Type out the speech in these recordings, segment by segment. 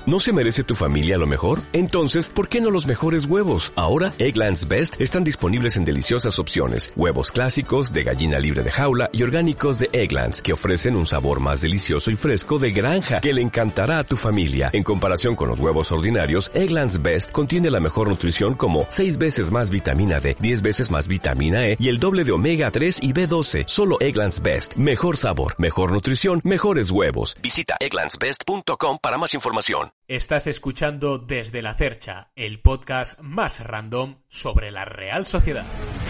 ¿No se merece tu familia lo mejor? Entonces, ¿por qué no los mejores huevos? Ahora, Eggland's Best están disponibles en deliciosas opciones. Huevos clásicos, de gallina libre de jaula y orgánicos de Eggland's, que ofrecen un sabor más delicioso y fresco de granja que le encantará a tu familia. En comparación con los huevos ordinarios, Eggland's Best contiene la mejor nutrición como 6 veces más vitamina D, 10 veces más vitamina E y el doble de omega 3 y B12. Solo Eggland's Best. Mejor sabor, mejor nutrición, mejores huevos. Visita egglandsbest.com para más información. Estás escuchando Desde la Cercha, el podcast más random sobre la Real Sociedad.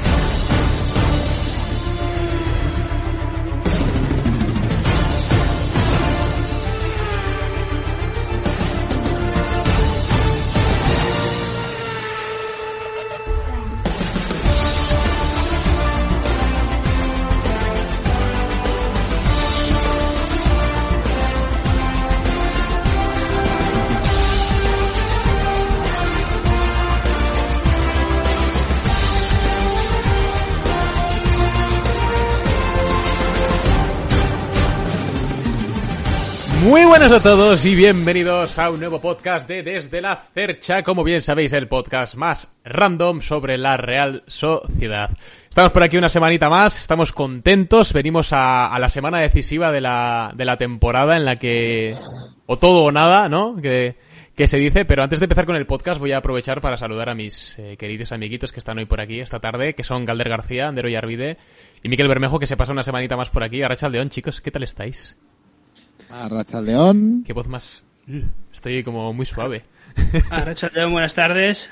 Muy buenas a todos y bienvenidos a un nuevo podcast de Desde la Cercha, como bien sabéis, el podcast más random sobre la Real Sociedad. Estamos por aquí una semanita más, estamos contentos, venimos a la semana decisiva de la temporada en la que o todo o nada, ¿no? Que se dice, pero antes de empezar con el podcast voy a aprovechar para saludar a mis queridos amiguitos que están hoy por aquí esta tarde, que son Galder García, Andero Yarvide y Miquel Bermejo, que se pasa una semanita más por aquí. Arratsaldeon, chicos, ¿qué tal estáis? Arratsaldeon. Qué voz más... Estoy como muy suave. Arratsaldeon, buenas tardes.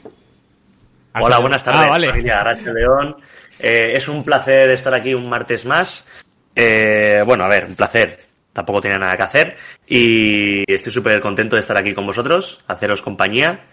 Hola, buenas tardes, vale. Familia Arratsaldeon. Es un placer estar aquí un martes más. Bueno, a ver, un placer. Tampoco tenía nada que hacer. Y estoy súper contento de estar aquí con vosotros, haceros compañía.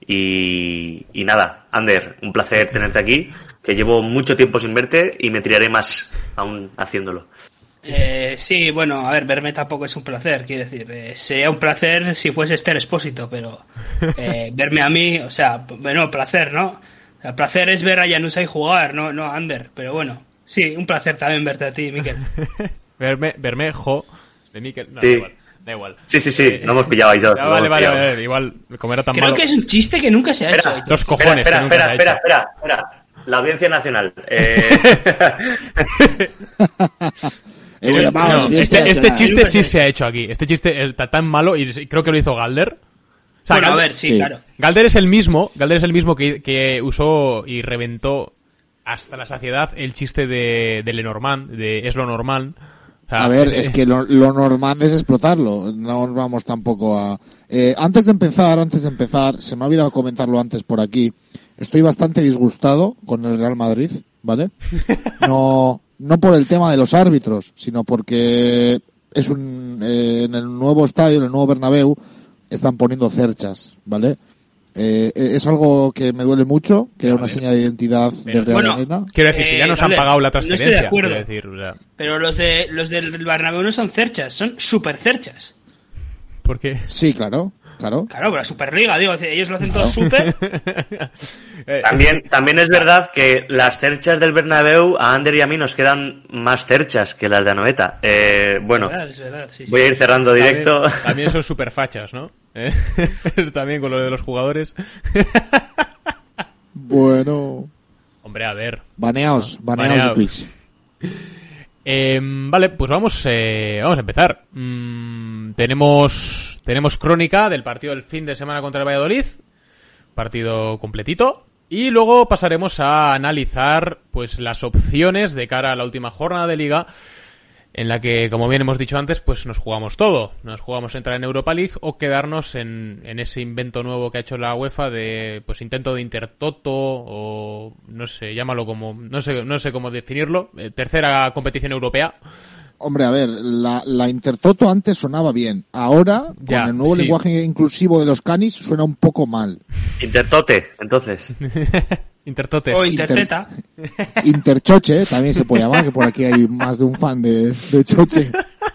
Y nada, Ander, un placer tenerte aquí, que llevo mucho tiempo sin verte y me tiraré más aún haciéndolo. Sí, bueno, a ver, verme tampoco es un placer, quiero decir, sería un placer si fuese Esther Expósito, pero verme a mí, o sea, bueno, placer, ¿no? El placer es ver a Januzaj jugar, no a Ander, pero bueno, sí, un placer también verte a ti, Miquel. verme, de Miquel, no, sí. Da igual. Sí, no hemos pillado ahí todos. Vale, igual, como era tan Creo malo... que es un chiste que nunca se ha hecho. Los cojones. Espera. La Audiencia Nacional. Este chiste sí se ha hecho aquí. Este chiste está tan malo y creo que lo hizo Galder. O sea, bueno, Galder, a ver, sí, claro. Galder es el mismo que usó y reventó hasta la saciedad el chiste de Lenormand, de Es lo normal. O sea, a ver, es que lo normal es explotarlo. No nos vamos tampoco a... Antes de empezar, se me ha olvidado comentarlo antes por aquí. Estoy bastante disgustado con el Real Madrid, ¿vale? No por el tema de los árbitros, sino porque es en el nuevo estadio, en el nuevo Bernabéu, están poniendo cerchas, ¿vale? Es algo que me duele mucho, que era una señal de identidad del Real Arena. Quiero decir, si ya nos han pagado la transferencia. No estoy de acuerdo. Decir, o sea... Pero los del Bernabéu no son cerchas, son super cerchas. ¿Por qué? Sí, claro. Claro, pero la Superliga, digo, ellos lo hacen todo súper. También es verdad que las cerchas del Bernabéu a Ander y a mí nos quedan más cerchas que las de Anoeta. Bueno, es verdad, sí. Voy a ir cerrando directo. También son súper fachas, ¿no? También con lo de los jugadores. Bueno. Hombre, a ver. Baneaos de Twitch. Vale, pues vamos a empezar. Tenemos crónica del partido del fin de semana contra el Valladolid, partido completito, y luego pasaremos a analizar pues las opciones de cara a la última jornada de Liga, en la que, como bien hemos dicho antes, pues nos jugamos todo. Nos jugamos entrar en Europa League o quedarnos en ese invento nuevo que ha hecho la UEFA de pues intento de Intertoto o no sé, llámalo como no sé cómo definirlo, tercera competición europea. Hombre, a ver, la Intertoto antes sonaba bien. Ahora, con el nuevo lenguaje inclusivo de los canis, suena un poco mal. Intertote, entonces. Intertotes. O Interteta. Interchoche, también se puede llamar, que por aquí hay más de un fan de Choche.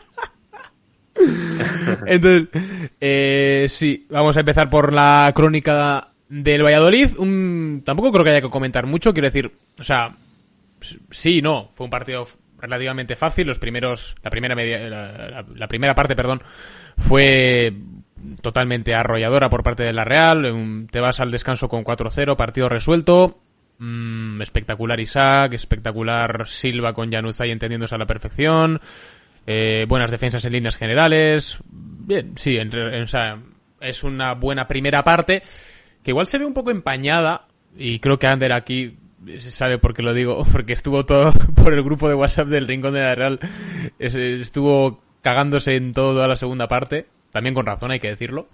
Entonces, sí, vamos a empezar por la crónica del Valladolid. Tampoco creo que haya que comentar mucho, quiero decir, o sea, sí, no, fue un partido relativamente fácil. La primera parte, fue totalmente arrolladora por parte de la Real. Te vas al descanso con 4-0, partido resuelto. Espectacular Isaac, espectacular Silva con Januzaj entendiéndose a la perfección. Buenas defensas en líneas generales. Bien, sí, o sea, es una buena primera parte que igual se ve un poco empañada, y creo que Ander aquí sabe por qué lo digo, porque estuvo todo por el grupo de WhatsApp del Rincón de la Real, estuvo cagándose en toda la segunda parte, también con razón, hay que decirlo.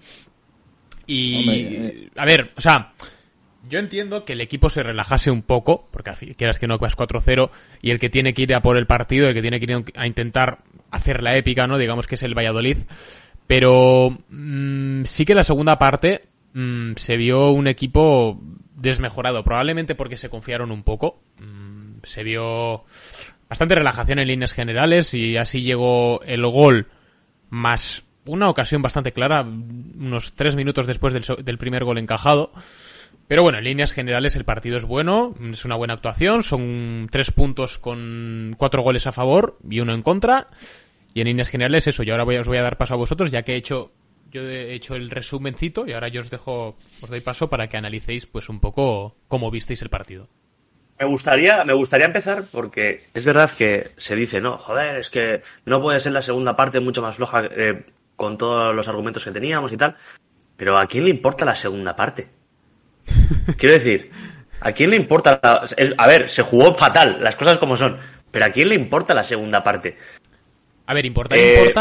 Y a ver, o sea, yo entiendo que el equipo se relajase un poco, porque quieras que no, vas 4-0, y el que tiene que ir a por el partido, el que tiene que ir a intentar hacer la épica, ¿no? Digamos que es el Valladolid. Pero sí que la segunda parte se vio un equipo desmejorado, probablemente porque se confiaron un poco. Se vio bastante relajación en líneas generales, y así llegó el gol más una ocasión bastante clara, unos 3 minutos después del primer gol encajado. Pero bueno, en líneas generales el partido es bueno, es una buena actuación, son 3 puntos con 4 goles a favor y 1 en contra. Y en líneas generales eso, yo ahora os voy a dar paso a vosotros, ya que yo he hecho el resumencito, y ahora yo os doy paso para que analicéis pues un poco cómo visteis el partido. Me gustaría empezar porque es verdad que se dice, no, joder, es que no puede ser la segunda parte mucho más floja con todos los argumentos que teníamos y tal. Pero ¿a quién le importa la segunda parte? Quiero decir, ¿a quién le importa? A ver, se jugó fatal, las cosas como son, pero ¿a quién le importa la segunda parte? A ver, importa,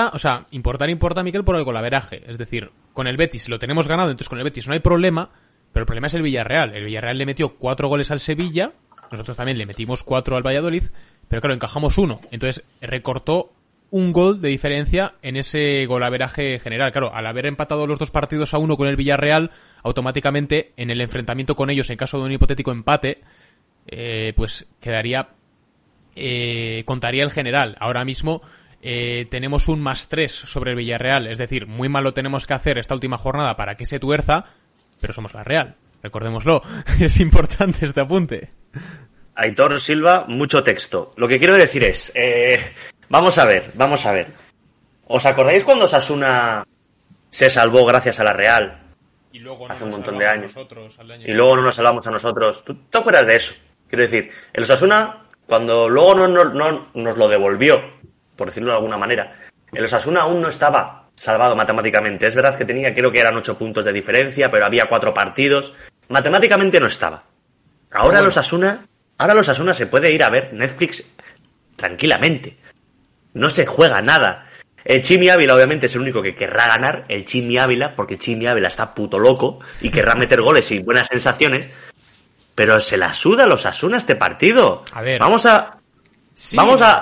Miquel, por el golaveraje. Es decir, con el Betis lo tenemos ganado, entonces con el Betis no hay problema, pero el problema es el Villarreal. El Villarreal le metió 4 goles al Sevilla, nosotros también le metimos 4 al Valladolid, pero claro, encajamos 1. Entonces recortó un gol de diferencia en ese golaveraje general. Claro, al haber empatado los 2 partidos a 1 con el Villarreal, automáticamente en el enfrentamiento con ellos, en caso de un hipotético empate, pues quedaría... contaría el general. Ahora mismo tenemos un +3 sobre el Villarreal, es decir, muy mal lo tenemos que hacer esta última jornada para que se tuerza, pero somos la Real, recordémoslo. Es importante este apunte. Aitor Silva, mucho texto. Lo que quiero decir es, vamos a ver. ¿Os acordáis cuando Osasuna se salvó gracias a la Real? Y luego hace un montón de años. Y luego no nos salvamos a nosotros. ¿Tú te acuerdas de eso? Quiero decir, el Osasuna, cuando luego no nos lo devolvió, por decirlo de alguna manera, el Osasuna aún no estaba salvado matemáticamente. Es verdad que tenía, creo que eran 8 puntos de diferencia, pero había 4 partidos. Matemáticamente no estaba. Ahora el Osasuna se puede ir a ver Netflix tranquilamente. No se juega nada. El Chimi Ávila obviamente es el único que querrá ganar, el Chimi Ávila, porque Chimi Ávila está puto loco y querrá meter goles y buenas sensaciones, pero se la suda a los Osasuna este partido. A ver. Sí.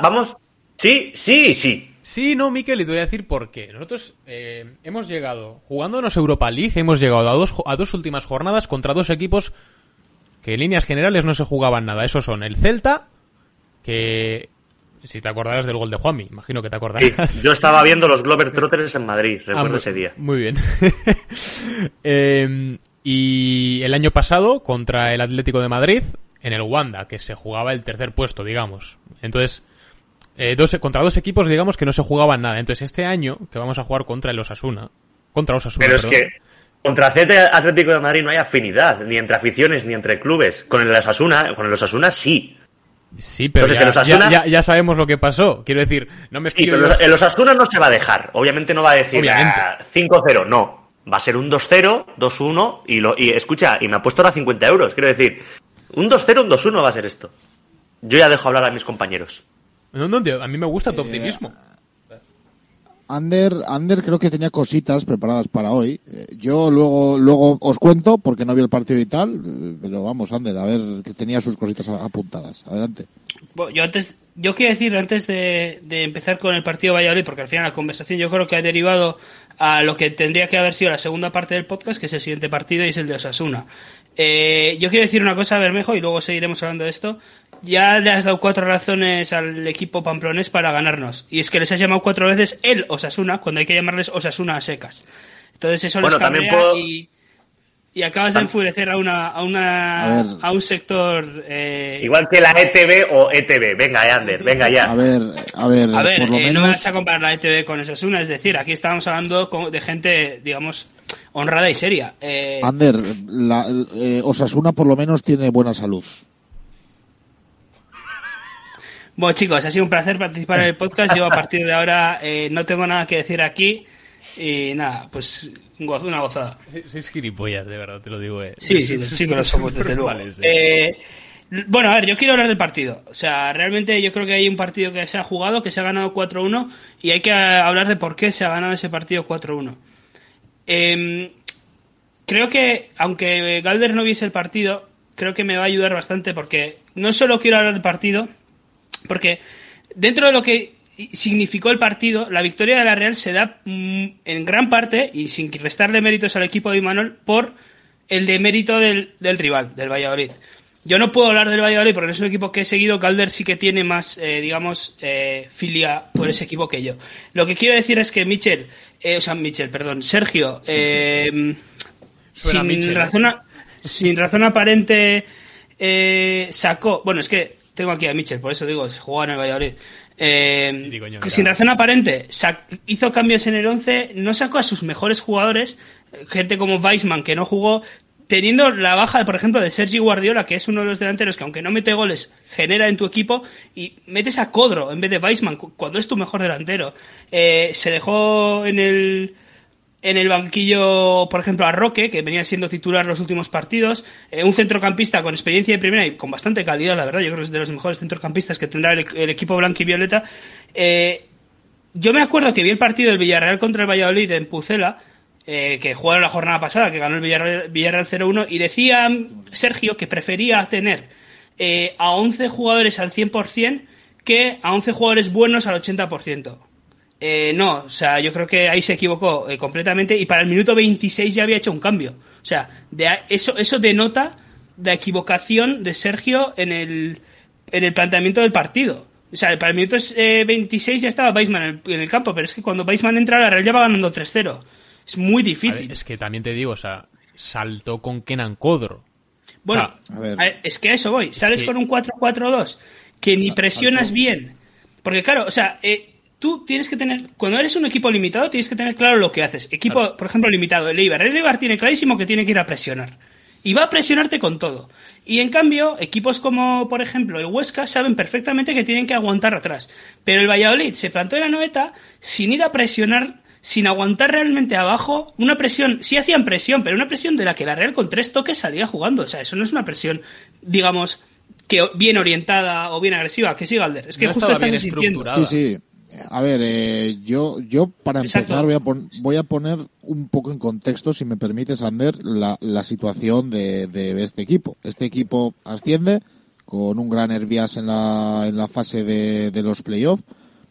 Sí, no, Miquel, y te voy a decir por qué. Nosotros hemos llegado, jugándonos Europa League, hemos llegado a dos últimas jornadas contra 2 equipos que en líneas generales no se jugaban nada. Esos son el Celta, que... Si te acordarás del gol de Juanmi, imagino que te acordarás. Sí, yo estaba viendo los Globetrotters en Madrid, recuerdo ese día. Muy bien. Y el año pasado, contra el Atlético de Madrid, en el Wanda, que se jugaba el 3er puesto, digamos. Entonces, contra 2 equipos, digamos, que no se jugaban nada. Entonces, este año, que vamos a jugar contra el Osasuna. Pero es que contra Atlético de Madrid no hay afinidad, ni entre aficiones, ni entre clubes. Con el Osasuna sí. Sí, pero entonces, ya sabemos lo que pasó. Quiero decir, no me explico. Sí, pero el Osasuna no se va a dejar. Obviamente no va a decir 5-0, no. Va a ser un 2-0, 2-1 y escucha, y me ha puesto ahora 50 euros. Quiero decir, un 2-0, un 2-1 va a ser esto. Yo ya dejo hablar a mis compañeros. No, a mí me gusta tu optimismo. Ander creo que tenía cositas preparadas para hoy. Yo luego os cuento porque no vi el partido y tal, pero vamos, Ander, a ver, que tenía sus cositas apuntadas. Adelante. Yo quiero decir, antes de empezar con el partido Valladolid, porque al final la conversación yo creo que ha derivado a lo que tendría que haber sido la segunda parte del podcast, que es el siguiente partido y es el de Osasuna. Yo quiero decir una cosa, Bermejo, y luego seguiremos hablando de esto. Ya le has dado 4 razones al equipo pamplonés para ganarnos. Y es que les has llamado 4 veces el Osasuna, cuando hay que llamarles Osasuna a secas. Entonces eso les cambia y acabas de enfurecer a un sector... Igual que la ETB o ETB. Venga, Ander, venga ya. A ver, por lo menos... no vas a comparar la ETB con Osasuna, es decir, aquí estábamos hablando de gente, digamos, honrada y seria. Ander, Osasuna por lo menos tiene buena salud. Bueno, chicos, ha sido un placer participar en el podcast. Yo a partir de ahora no tengo nada que decir aquí y nada, pues una gozada. Sois gilipollas, de verdad, te lo digo. Sí que lo somos, desde luego. Bueno, a ver, yo quiero hablar del partido. O sea, realmente yo creo que hay un partido que se ha jugado, que se ha ganado 4-1 y hay que hablar de por qué se ha ganado ese partido 4-1. Creo que, aunque Galder no viese el partido, creo que me va a ayudar bastante porque no solo quiero hablar del partido, porque dentro de lo que significó el partido, la victoria de la Real se da en gran parte, y sin restarle méritos al equipo de Imanol, por el demérito del rival, del Valladolid. Yo no puedo hablar del Valladolid porque no es un equipo que he seguido. Calder sí que tiene más, filia por ese equipo que yo. Lo que quiero decir es que Sergio, sin razón aparente, sacó... Bueno, es que tengo aquí a Michel, por eso digo, jugaba en el Valladolid. Sin razón aparente, hizo cambios en el 11, no sacó a sus mejores jugadores, gente como Weissman, que no jugó, teniendo la baja, por ejemplo, de Sergi Guardiola, que es uno de los delanteros que, aunque no mete goles, genera en tu equipo, y metes a Codro en vez de Weissman, cuando es tu mejor delantero. Se dejó en el banquillo, por ejemplo, a Roque, que venía siendo titular los últimos partidos, un centrocampista con experiencia de primera y con bastante calidad, la verdad. Yo creo que es de los mejores centrocampistas que tendrá el equipo blanco y violeta. Yo me acuerdo que vi el partido del Villarreal contra el Valladolid en Pucela, que jugaron la jornada pasada, que ganó el Villarreal 0-1, y decía Sergio que prefería tener a 11 jugadores al 100% que a 11 jugadores buenos al 80%. No, o sea, yo creo que ahí se equivocó completamente, y para el minuto 26 ya había hecho un cambio. O sea, eso denota la equivocación de Sergio en el planteamiento del partido. O sea, para el minuto 26 ya estaba Weissman en el campo, pero es que cuando Weissman entra, la Real ya va ganando 3-0. Es muy difícil. Ver, es que también te digo, o sea, saltó con Kenan Codro. Bueno, o sea, es que a eso voy. Sales con un 4-4-2 que ni presionas bien. Porque claro, o sea, tú tienes que tener, cuando eres un equipo limitado, tienes que tener claro lo que haces. Equipo, por ejemplo, limitado, el Eibar tiene clarísimo que tiene que ir a presionar. Y va a presionarte con todo. Y en cambio, equipos como, por ejemplo, el Huesca saben perfectamente que tienen que aguantar atrás. Pero el Valladolid se plantó en la noeta sin ir a presionar, sin aguantar realmente abajo. Una presión, sí hacían presión, pero una presión de la que la Real con 3 toques salía jugando. O sea, eso no es una presión, digamos, que bien orientada o bien agresiva. Que sí, Galder. Es que no justo estás sintiendo. Sí. A ver, yo para empezar voy a poner un poco en contexto, si me permites, Ander, la situación de este equipo. Este equipo asciende con un gran Hervías en la fase de los playoffs.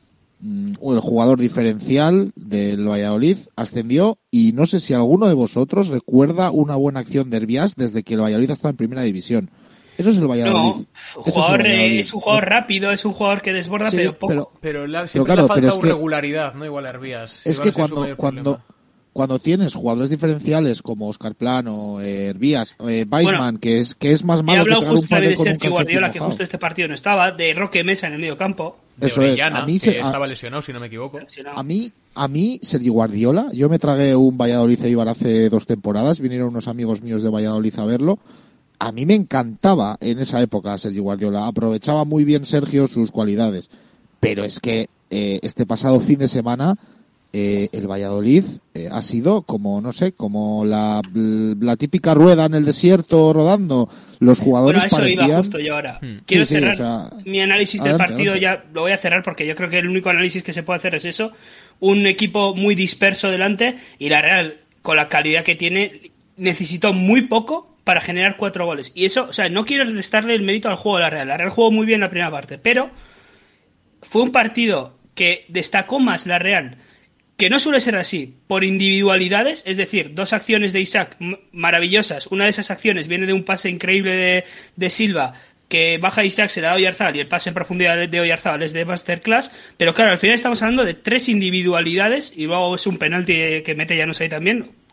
El jugador diferencial del Valladolid ascendió, y no sé si alguno de vosotros recuerda una buena acción de Hervías desde que el Valladolid está en primera división. Eso es el Valladolid. Es un jugador rápido, es un jugador que desborda, sí, pero poco. Pero siempre le falta regularidad, ¿no? Igual a Hervías. Es que cuando tienes jugadores diferenciales como Óscar Plano, Hervías, Weissman, que es más malo que pegar un palo con un Sergio Guardiola, que justo este partido no estaba, de Roque Mesa en el medio campo. Eso es. A mí estaba lesionado, si no me equivoco. A mí, Sergio Guardiola, yo me tragué un Valladolid Eibar hace 2 temporadas, vinieron unos amigos míos de Valladolid a verlo. A mí me encantaba en esa época Sergio Guardiola, aprovechaba muy bien Sergio sus cualidades, pero es que este pasado fin de semana el Valladolid ha sido como, no sé, como la típica rueda en el desierto rodando. Los jugadores eso parecían... iba justo yo ahora. Quiero cerrar mi análisis del partido, ya lo voy a cerrar porque yo creo que el único análisis que se puede hacer es eso. Un equipo muy disperso delante, y la Real, con la calidad que tiene, necesitó muy poco para generar 4 goles. Y eso, o sea, no quiero restarle el mérito al juego de la Real. La Real jugó muy bien la primera parte, pero fue un partido que destacó más la Real, que no suele ser así, por individualidades, es decir, 2 acciones de Isaac maravillosas. Una de esas acciones viene de un pase increíble de Silva, que baja Isaac, se la da a Oyarzabal, y el pase en profundidad de Oyarzabal es de masterclass. Pero claro, al final estamos hablando de 3 individualidades, y luego es un penalti que mete Llanos ahí también,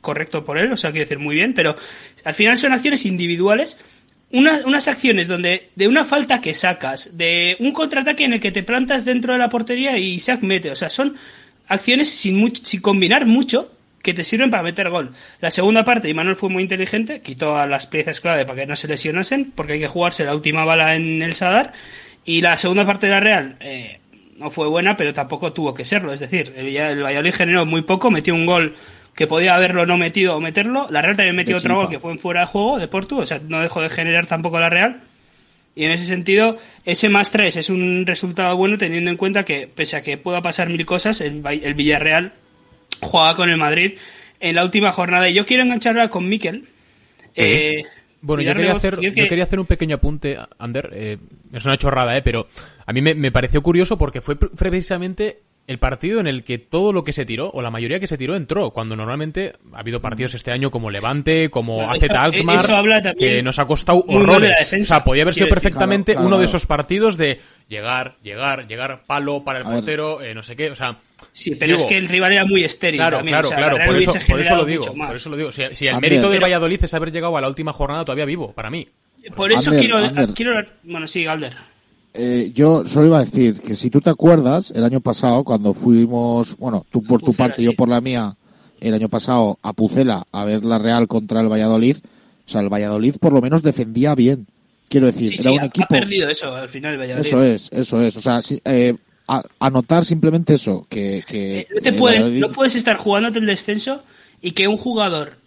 correcto por él, o sea, quiero decir, muy bien, pero al final son acciones individuales, unas acciones donde de una falta que sacas, de un contraataque en el que te plantas dentro de la portería y Isaac mete, o sea, son acciones sin combinar mucho, que te sirven para meter gol. La segunda parte, Imanol fue muy inteligente, quitó a las piezas clave para que no se lesionasen, porque hay que jugarse la última bala en el Sadar, y la segunda parte de la Real no fue buena, pero tampoco tuvo que serlo, es decir, el Valladolid generó muy poco, metió un gol que podía haberlo no metido o meterlo, la Real también metió otro gol que fue en fuera de juego de Portu, o sea, no dejó de generar tampoco la Real, y en ese sentido, ese +3 es un resultado bueno teniendo en cuenta que, pese a que pueda pasar mil cosas, el Villarreal juega con el Madrid en la última jornada. Y yo quiero engancharla con Mikel. Bueno, yo quería hacer un pequeño apunte, Ander. Es una chorrada, pero a mí me pareció curioso porque fue precisamente el partido en el que todo lo que se tiró, o la mayoría que se tiró, entró. Cuando normalmente ha habido partidos este año como Levante, como AZ Alkmaar, que nos ha costado horrores. O sea, podía haber sido perfectamente uno de esos partidos de llegar, palo para el portero, no sé qué, o sea... Sí, pero es que el rival era muy estéril también. Claro, por eso lo digo. Si el mérito del Valladolid es haber llegado a la última jornada todavía vivo, para mí. Por eso quiero... Bueno, sí, Galder. Yo solo iba a decir que si tú te acuerdas, el año pasado, cuando fuimos, bueno, tú por tu parte, yo por la mía, el año pasado a Pucela a ver la Real contra el Valladolid, o sea, el Valladolid por lo menos defendía bien. Quiero decir, era un equipo... ha perdido eso al final el Valladolid. Eso es. O sea, anotar simplemente eso, que no puedes estar jugándote el descenso y que un jugador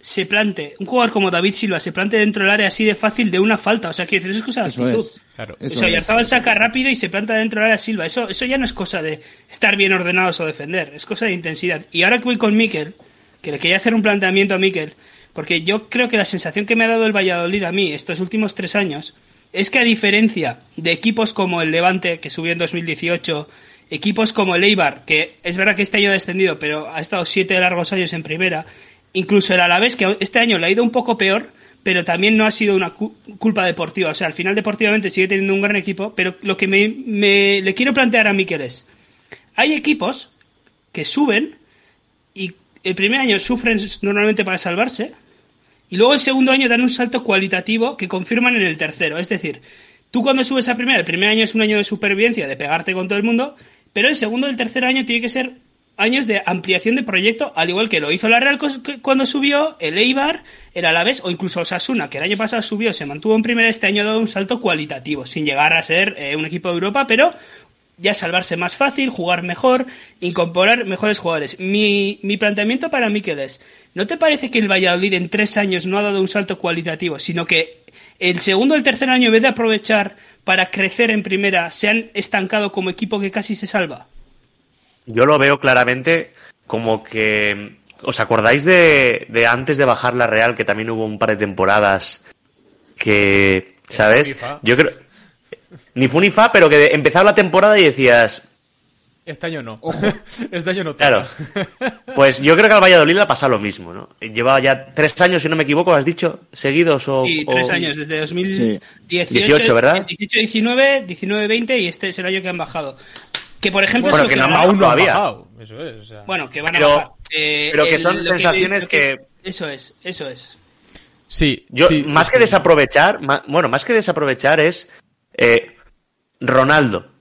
como David Silva se plante dentro del área así de fácil de una falta, o sea, quiero decir, eso es cosa de actitud. Claro. O sea, Oyarzabal saca rápido y se planta dentro del área Silva, eso ya no es cosa de estar bien ordenados o defender, es cosa de intensidad. Y ahora que voy con Mikel, que le quería hacer un planteamiento a Mikel, porque yo creo que la sensación que me ha dado el Valladolid a mí estos últimos 3 años es que, a diferencia de equipos como el Levante, que subió en 2018, equipos como el Eibar, que es verdad que este año ha descendido, pero ha estado 7 largos años en primera, incluso el Alavés, que este año le ha ido un poco peor, pero también no ha sido una culpa deportiva. O sea, al final deportivamente sigue teniendo un gran equipo, pero lo que le quiero plantear a Mikel es, hay equipos que suben y el primer año sufren normalmente para salvarse, y luego el segundo año dan un salto cualitativo que confirman en el tercero. Es decir, tú cuando subes a primera, el primer año es un año de supervivencia, de pegarte con todo el mundo, pero el segundo y el tercer año tiene que ser años de ampliación de proyecto, al igual que lo hizo la Real cuando subió, el Eibar, el Alavés o incluso Osasuna, que el año pasado subió, se mantuvo en primera, este año ha dado un salto cualitativo, sin llegar a ser un equipo de Europa, pero ya salvarse más fácil, jugar mejor, incorporar mejores jugadores. Mi planteamiento para Mikel es, ¿no te parece que el Valladolid en 3 años no ha dado un salto cualitativo, sino que el segundo o el tercer año, en vez de aprovechar para crecer en primera, se han estancado como equipo que casi se salva? Yo lo veo claramente como que... ¿Os acordáis de antes de bajar la Real, que también hubo un par de temporadas que... ¿Sabes? Yo creo... Ni fu ni fa, pero que empezaba la temporada y decías... Este año no. Este año no. Claro. Pues yo creo que al Valladolid le ha pasado lo mismo, ¿no? Llevaba ya 3 años, si no me equivoco, has dicho, seguidos o... Sí, 3 años, desde 2018, 18, ¿verdad? 18-19, 19-20 y este es el año que han bajado. Que, por ejemplo... Bueno, que no aún no había. Eso es, o sea... Bueno, que van a bajar. Pero que son sensaciones que... Eso es. Sí. Más que desaprovechar es... Ronaldo,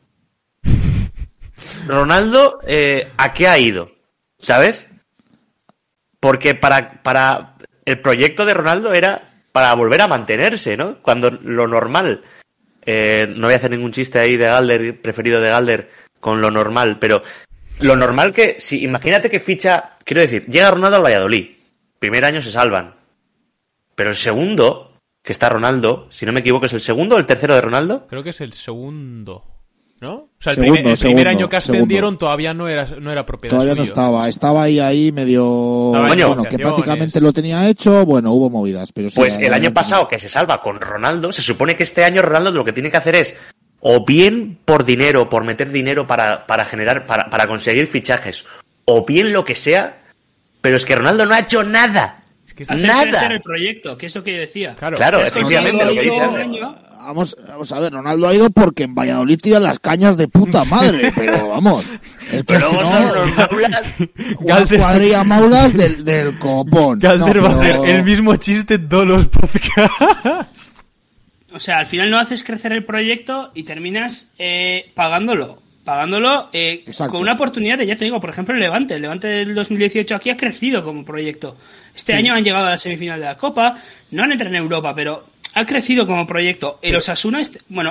¿a qué ha ido? ¿Sabes? Porque para el proyecto de Ronaldo era para volver a mantenerse, ¿no? Cuando lo normal, no voy a hacer ningún chiste ahí de Galder, preferido de Galder, con lo normal, pero lo normal que, si imagínate que ficha, quiero decir, llega Ronaldo al Valladolid, primer año se salvan, pero el segundo, que está Ronaldo, si no me equivoco, ¿es el segundo o el tercero de Ronaldo? Creo que es el segundo, ¿no? O sea, el primer año que ascendieron todavía no era propiedad todavía suyo. No estaba ahí medio... Bueno, que prácticamente lo tenía hecho, bueno, hubo movidas, pero sí... Pues el año pasado que se salva con Ronaldo, se supone que este año Ronaldo lo que tiene que hacer es, o bien por dinero, por meter dinero para generar, para conseguir fichajes, o bien lo que sea, pero es que Ronaldo no ha hecho nada. que hacer nada. crecer el proyecto, que es lo que yo decía. Claro, efectivamente, lo que dice Ander. Vamos a ver, Ronaldo ha ido porque en Valladolid tiran las cañas de puta madre, pero vamos. Es que Pero si luego no, son unos maulas. una cuadrilla maulas del copón. Galder No, va a pero- hacer el mismo chiste en todos los podcasts. O sea, al final no haces crecer el proyecto y terminas pagándolo Exacto. con una oportunidad de, ya te digo, por ejemplo, el Levante del 2018 aquí ha crecido como proyecto. Este año han llegado a la semifinal de la Copa, no han entrado en Europa, pero ha crecido como proyecto. Osasuna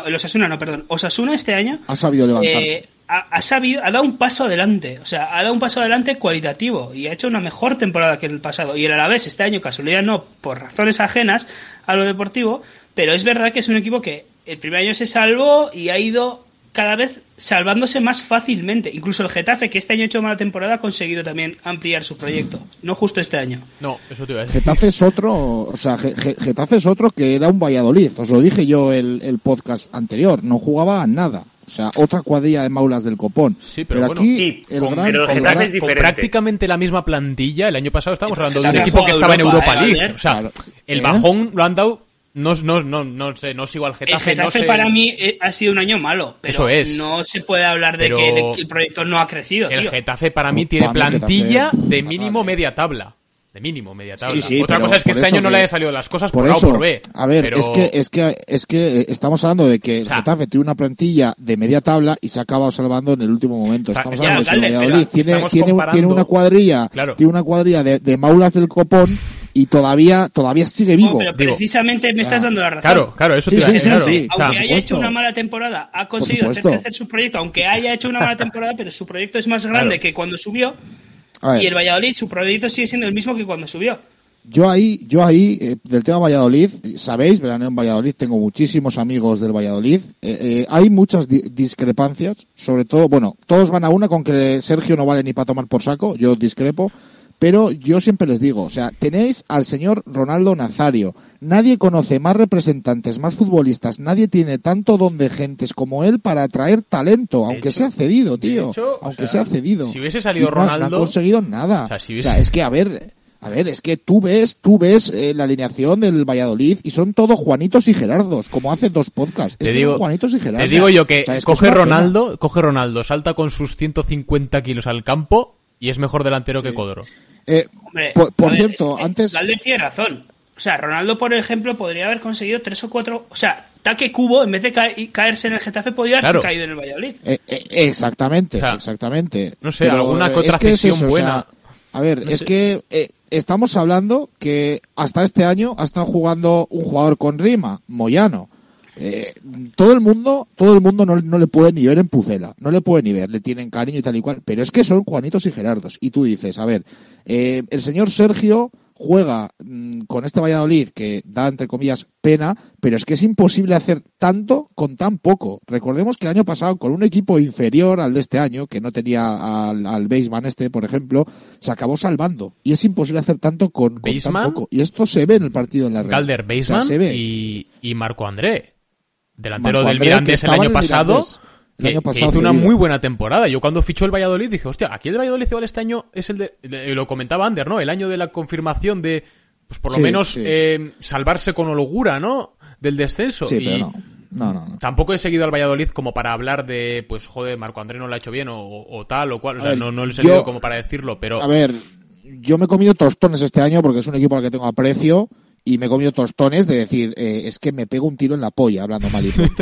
este año Ha sabido levantarse. ha dado un paso adelante, o sea, ha dado un paso adelante cualitativo y ha hecho una mejor temporada que el pasado. Y el Alavés este año, casualidad no, por razones ajenas a lo deportivo, pero es verdad que es un equipo que el primer año se salvó y ha ido cada vez salvándose más fácilmente. Incluso el Getafe, que este año ha hecho mala temporada, ha conseguido también ampliar su proyecto. No justo este año. No, eso te iba a decir. Getafe es otro, o sea, Getafe es otro que era un Valladolid. Os lo dije yo el podcast anterior. No jugaba a nada. O sea, otra cuadrilla de maulas del copón. Sí, pero bueno, aquí sí, pero el Getafe es Con diferente. prácticamente la misma plantilla, el año pasado estábamos hablando de un Getafe equipo que ha estaba en jugado Europa Europa, League. O sea, Claro. el bajón lo han dado. No sé, no sigo al El Getafe. Getafe no sé. para mí ha sido un año malo, pero Eso es. no se puede hablar de Pero que el proyecto no ha crecido, El tío. Getafe para mí tiene Para mí plantilla Getafe, de fatal, mínimo media tabla. De mínimo media tabla. Sí, Otra pero cosa es que por este eso año no que- le haya salido las cosas por, Por A o eso, por B. a ver, pero... es que estamos hablando de que el O sea, Getafe tiene una plantilla de media tabla y se ha acabado salvando en el último momento. O sea, Estamos ya, hablando de que el Galder, Valladolid pero estamos tiene comparando- una cuadrilla, Claro. tiene una cuadrilla de maulas del copón y todavía sigue vivo. No, pero Digo, precisamente me estás dando la razón. Claro, eso Sí, te iba a sí, decir, sí, claro. sí. O sea, Aunque haya supuesto. hecho una mala temporada, ha conseguido hacer supuesto. crecer su proyecto, aunque haya hecho una mala temporada, pero su proyecto es más grande Claro. que cuando subió. A ver, Y el Valladolid, su proyecto sigue siendo el mismo que cuando subió. yo ahí, del tema Valladolid, sabéis, veraneo en Valladolid, tengo muchísimos amigos del Valladolid, hay muchas discrepancias, sobre todo, bueno, todos van a una con que Sergio no vale ni para tomar por saco, yo discrepo, pero yo siempre les digo, o sea, tenéis al señor Ronaldo Nazario, nadie conoce más representantes, más futbolistas, nadie tiene tanto don de gentes como él para atraer talento, aunque hecho- sea cedido, de tío, hecho, aunque o sea, sea cedido. si hubiese salido Y no han Ronaldo- conseguido nada. O sea, si O hubiese- sea, es que a ver, es que tú ves la alineación del Valladolid y son todos Juanitos y Gerardos, como hace 2 podcasts. Es que son Juanitos y Gerardos. te digo yo que O sea, es coge es una pena. Ronaldo, salta con sus 150 kilos al campo y es mejor delantero que Codro. Hombre, Por a ver, cierto, es que antes... Galder tiene razón. O sea, Ronaldo, por ejemplo, podría haber conseguido 3 o 4... O sea, Taque Cubo, en vez de caerse en el Getafe, podría haberse Claro. caído en el Valladolid. Exactamente, O sea, exactamente. no sé, Pero, alguna que otra es que es cesión eso, o buena. sea, a ver, No es sé. que estamos hablando que hasta este año ha estado jugando un jugador con rima, Moyano. Todo el mundo no le puede ni ver en Pucela, no le puede ni ver, le tienen cariño y tal y cual, pero es que son Juanitos y Gerardos. Y tú dices, a ver, el señor Sergio juega con este Valladolid que da, entre comillas, pena, pero es que es imposible hacer tanto con tan poco. Recordemos que el año pasado, con un equipo inferior al de este año, que no tenía al Baseman por ejemplo, se acabó salvando. Y es imposible hacer tanto con tan Baseman, poco. Y esto se ve en el partido en la Real. Calder, O sea, Baseman se ve. y Marco André, delantero Marco del André, Mirandés que el estaba año en el pasado, Mirandés. El que año pasado hizo una cedido. muy buena temporada. Yo cuando fichó el Valladolid dije, hostia, aquí el Valladolid igual este año es lo comentaba Ander, ¿no? El año de la confirmación de, pues por lo Sí, menos sí. salvarse con holgura, ¿no? Del descenso. Sí, y pero no. tampoco he seguido al Valladolid como para hablar de, pues joder, Marco André no lo ha hecho bien o tal o cual. O sea, ver, no lo he seguido yo- como para decirlo, pero... A ver, yo me he comido tostones este año porque es un equipo al que tengo aprecio y me he comido tostones de decir, es que me pego un tiro en la polla, hablando mal y pronto.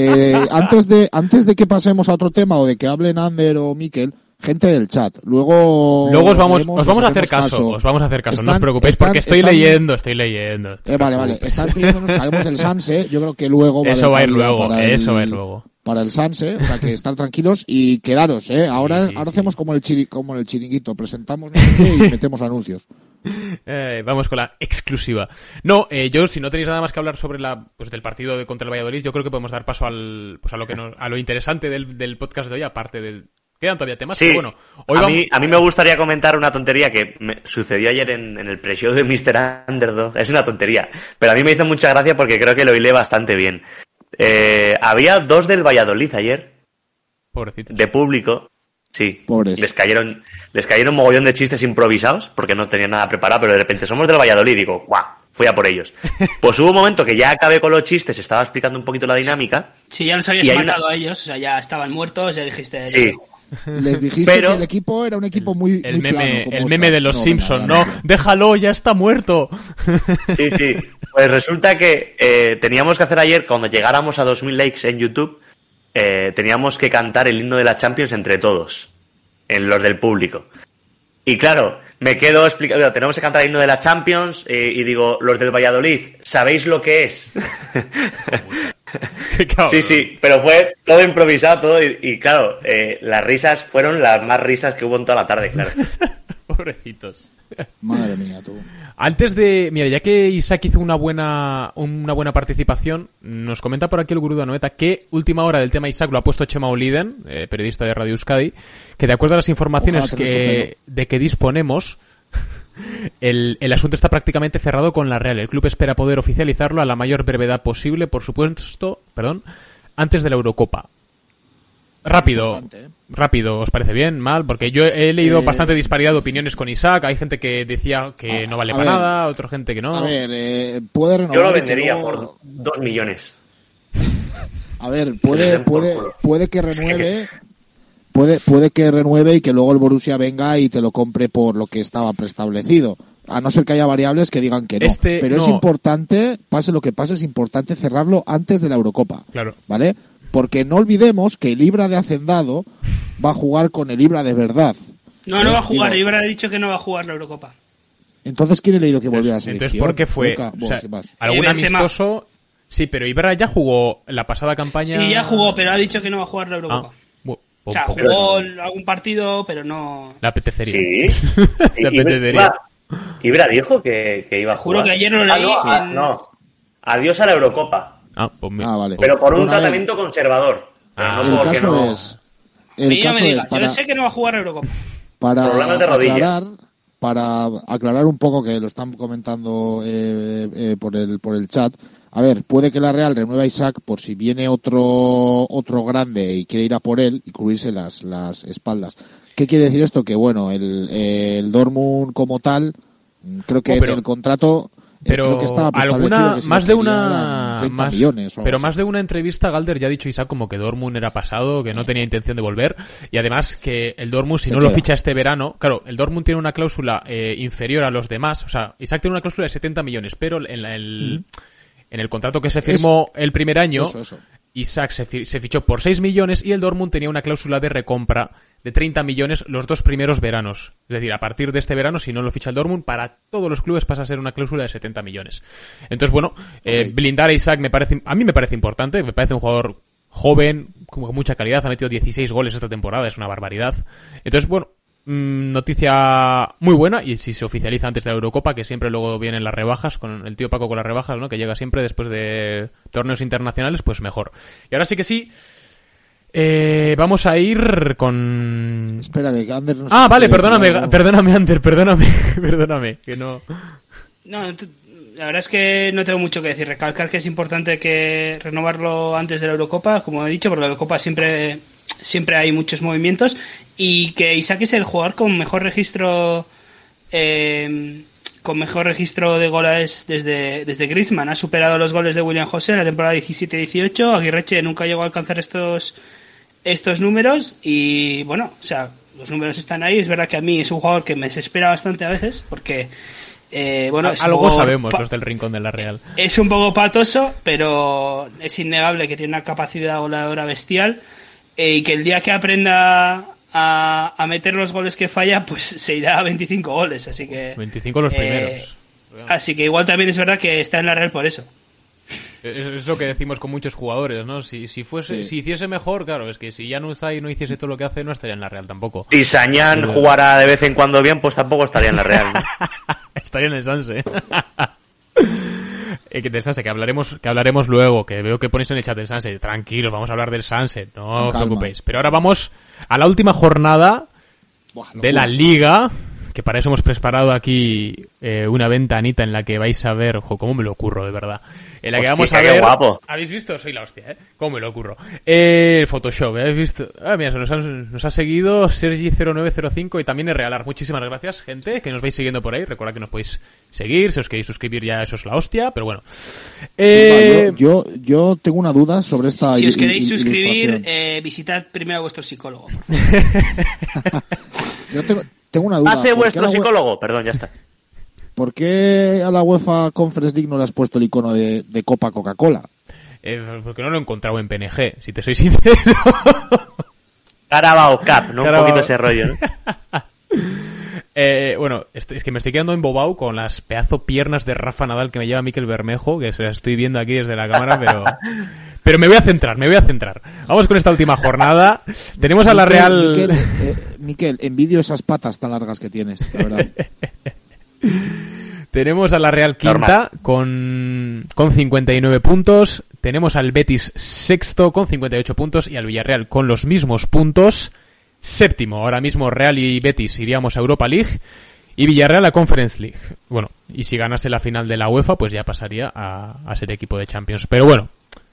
Antes de que pasemos a otro tema o de que hablen Ander o Mikel, gente del chat, luego os vamos leemos, a os hacer hacemos caso, os vamos a hacer caso, no os Están- preocupéis porque están- estoy leyendo. Vale, están pidiéndonos que hagamos el Sanse, yo creo que luego Eso va a ir cabida luego, para eso va a ir luego. Para el Sanse, o sea que estar tranquilos y quedaros, ahora Sí. hacemos como el chiringuito, presentamos no sé qué y metemos anuncios. Vamos con la exclusiva. No, yo si no tenéis nada más que hablar sobre del partido contra el Valladolid, yo creo que podemos dar paso a lo interesante del podcast de hoy, aparte del... Quedan todavía temas, Sí, pero bueno. Hoy a mí me gustaría comentar una tontería que me sucedió ayer en el pre-show de Mr. Underdog. Es una tontería, pero a mí me hizo mucha gracia porque creo que lo hilé bastante bien. Había 2 del Valladolid ayer, Pobrecito. de público, Sí, Pobres. les cayeron un mogollón de chistes improvisados porque no tenían nada preparado, pero de repente somos del Valladolid y digo, ¡guau! Fui a por ellos. Pues hubo un momento que ya acabé con los chistes, estaba explicando un poquito la dinámica. Sí, ya los habías matado a ellos, o sea, ya estaban muertos, ya dijiste... Sí. Les dijiste Pero... que el equipo era un equipo muy el muy meme, plano, el meme de los Simpsons, ¿no? venga. Déjalo, ya está muerto. Sí, sí. Pues resulta que teníamos que hacer ayer, cuando llegáramos a 2000 likes en YouTube, teníamos que cantar el himno de la Champions entre todos, en los del público. Y claro, me quedo explicando, tenemos que cantar el himno de la Champions y digo, los del Valladolid, ¿sabéis lo que es? Sí, sí, pero fue todo improvisado, todo y claro, las risas fueron las más risas que hubo en toda la tarde, claro. Pobrecitos. Madre mía, tú. Antes de... Mira, ya que Isaac hizo una buena participación, nos comenta por aquí el gurú de Anoeta que última hora del tema Isaac lo ha puesto Chema Oliden, periodista de Radio Euskadi, que de acuerdo a las informaciones de que disponemos, el asunto está prácticamente cerrado con la Real. El club espera poder oficializarlo a la mayor brevedad posible, por supuesto, antes de la Eurocopa. Rápido, ¿os parece bien? ¿Mal? Porque yo he leído bastante disparidad de opiniones con Isaac. Hay gente que decía que no vale para nada, otra gente que no. A ver, puede renovar. Yo lo vendería por 2 millones. A ver, puede que renueve. Puede que renueve y que luego el Borussia venga y te lo compre por lo que estaba preestablecido. A no ser que haya variables que digan que no. Pero es importante, pase lo que pase, es importante cerrarlo antes de la Eurocopa. Claro. ¿Vale? Porque no olvidemos que el Ibra de Hacendado va a jugar con el Ibra de verdad. No va a jugar. El Ibra ha dicho que no va a jugar la Eurocopa. Entonces, ¿quién he leído que volviera a la selección? Entonces, ¿por qué fue? ¿Algún amistoso? Sí, pero Ibra ya jugó la pasada campaña. Sí, ya jugó, pero ha dicho que no va a jugar la Eurocopa. O sea, jugó algún partido, pero no... La apetecería. Sí. La apetecería. Ibra dijo que iba a jugar. Juro que ayer lo leí. No. Adiós a la Eurocopa. Vale. Pero por un tratamiento conservador. El caso es... Yo sé que no va a jugar la Eurocopa. Problemas de rodillas. Para aclarar un poco, que lo están comentando por el chat. A ver, puede que la Real renueve a Isaac por si viene otro grande y quiere ir a por él y cubrirse las espaldas. ¿Qué quiere decir esto? Que bueno, el Dortmund como tal, creo que en el contrato... Pero creo que estaba alguna, que más de una, 30 millones pero más de una entrevista Galder ya ha dicho Isaac como que Dortmund era pasado, que no tenía intención de volver, y además que el Dortmund si no lo ficha este verano, claro, el Dortmund tiene una cláusula inferior a los demás, o sea, Isaac tiene una cláusula de 70 millones, pero en el contrato que se firmó el primer año, Isaac se fichó por 6 millones y el Dortmund tenía una cláusula de recompra de 30 millones los 2 primeros veranos. Es decir, a partir de este verano, si no lo ficha el Dortmund, para todos los clubes pasa a ser una cláusula de 70 millones. Entonces, bueno, blindar a Isaac a mí me parece importante, me parece un jugador joven, con mucha calidad, ha metido 16 goles esta temporada, es una barbaridad. Entonces, bueno, noticia muy buena, y si se oficializa antes de la Eurocopa, que siempre luego vienen las rebajas, con el tío Paco con las rebajas, ¿no? Que llega siempre después de torneos internacionales, pues mejor. Y ahora sí que sí, vamos a ir con... Espera, que Ander no vale, perdóname, Ander, perdóname, que no... No, la verdad es que no tengo mucho que decir. Recalcar que es importante que renovarlo antes de la Eurocopa, como he dicho, porque la Eurocopa siempre hay muchos movimientos, y que Isaac es el jugador con mejor registro de goles desde Griezmann. Ha superado los goles de William José en la temporada 17-18. Aguirreche nunca llegó a alcanzar estos números, y bueno, o sea, los números están ahí. Es verdad que a mí es un jugador que me desespera bastante a veces, porque algo sabemos los del rincón de la Real. Es un poco patoso, pero es innegable que tiene una capacidad goleadora bestial, y que el día que aprenda a meter los goles que falla, pues se irá a 25 goles, así que 25 los primeros. Así que igual también es verdad que está en la Real por eso. Es lo que decimos con muchos jugadores, ¿no? Si hiciese mejor, claro, es que si ya no está y no hiciese todo lo que hace, no estaría en la Real tampoco. Si Sañán jugara de vez en cuando bien, pues tampoco estaría en la Real, ¿no? Estaría en el Sanse. Del Sanse, que hablaremos luego, que veo que ponéis en el chat del Sanse. Tranquilos, vamos a hablar del Sanse, no os preocupéis. Pero ahora vamos a la última jornada de la Liga, que para eso hemos preparado aquí una ventanita en la que vais a ver, ojo, cómo me lo ocurro de verdad, en la que vamos a ver, guapo. ¿habéis visto? Soy la hostia, cómo me lo ocurro, el Photoshop, ¿habéis visto? Mira, nos ha seguido Sergi0905 y también Realar. Muchísimas gracias, gente, que nos vais siguiendo por ahí. Recordad que nos podéis seguir, si os queréis suscribir ya eso es la hostia, pero bueno. Yo tengo una duda sobre esta. Si os queréis suscribir, visitad primero a vuestro psicólogo. Yo tengo una duda. Pase vuestro psicólogo. Perdón, ya está. ¿Por qué a la UEFA Conference League no le has puesto el icono de Copa Coca-Cola? Porque no lo he encontrado en PNG, si te soy sincero. Carabao Cup, ¿no? Un poquito ese rollo, ¿no? Bueno, es que me estoy quedando embobado con las pedazo piernas de Rafa Nadal que me lleva Mikel Bermejo, que se las estoy viendo aquí desde la cámara, pero me voy a centrar. Vamos con esta última jornada. Tenemos a la Real... Mikel, envidio esas patas tan largas que tienes, la verdad. Tenemos a la Real quinta con 59 puntos. Tenemos al Betis sexto con 58 puntos y al Villarreal con los mismos puntos. Séptimo, ahora mismo Real y Betis iríamos a Europa League y Villarreal a Conference League. Bueno, y si ganase la final de la UEFA, pues ya pasaría a ser equipo de Champions. Pero bueno,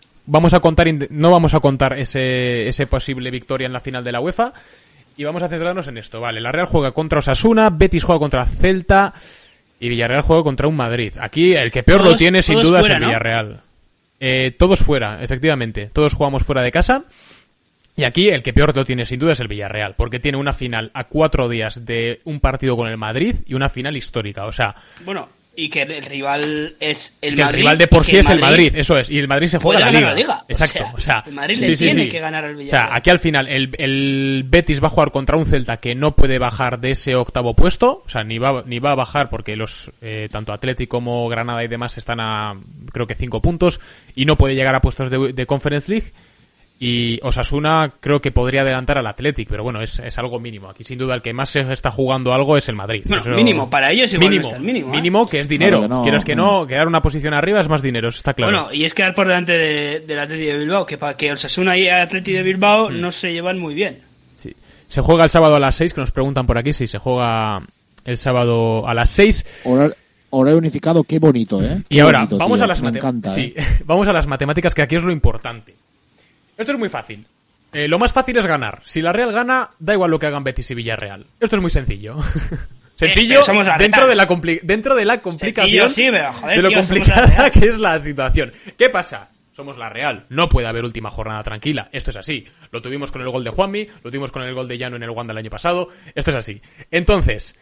no vamos a contar ese posible victoria en la final de la UEFA y vamos a centrarnos en esto. Vale, la Real juega contra Osasuna, Betis juega contra Celta y Villarreal juega contra un Madrid. Aquí el que peor lo tiene sin duda fuera, es el Villarreal. Todos fuera, efectivamente. Todos jugamos fuera de casa. Y aquí el que peor lo tiene sin duda es el Villarreal, porque tiene una final a 4 días de un partido con el Madrid y una final histórica, o sea... Bueno, y que el rival es el que Madrid. El rival de por sí es el Madrid, eso es, y el Madrid se juega la Liga. Exacto, o sea el Madrid le tiene que ganar al Villarreal. O sea, aquí al final el Betis va a jugar contra un Celta que no puede bajar de ese octavo puesto, o sea, ni va a bajar porque los tanto Athletic como Granada y demás están a creo que 5 puntos y no puede llegar a puestos de Conference League. Y Osasuna creo que podría adelantar al Athletic, pero bueno, es algo mínimo. Aquí sin duda el que más se está jugando algo es el Madrid. Bueno, eso... mínimo, para ellos igual no está el mínimo. Mínimo, que es dinero. Claro quieras que no, quedar una posición arriba es más dinero, eso está claro. Bueno, y es quedar por delante del Athletic de Bilbao, que para que Osasuna y Athletic de Bilbao no se llevan muy bien. Sí. Se juega el sábado a las 6, que nos preguntan por aquí, sí, se juega el sábado a las 6. Horario unificado, qué bonito, ¿eh? Y ahora, vamos a las matemáticas. Sí, vamos a las matemáticas, que aquí es lo importante. Esto es muy fácil. Lo más fácil es ganar. Si la Real gana, da igual lo que hagan Betis y Villarreal. Esto es muy sencillo. Sencillo dentro de la complicación sencillo, sí, pero, joder, de lo complicada que es la situación. ¿Qué pasa? Somos la Real. No puede haber última jornada tranquila. Esto es así. Lo tuvimos con el gol de Juanmi, lo tuvimos con el gol de Llano en el Wanda el año pasado. Esto es así. Entonces,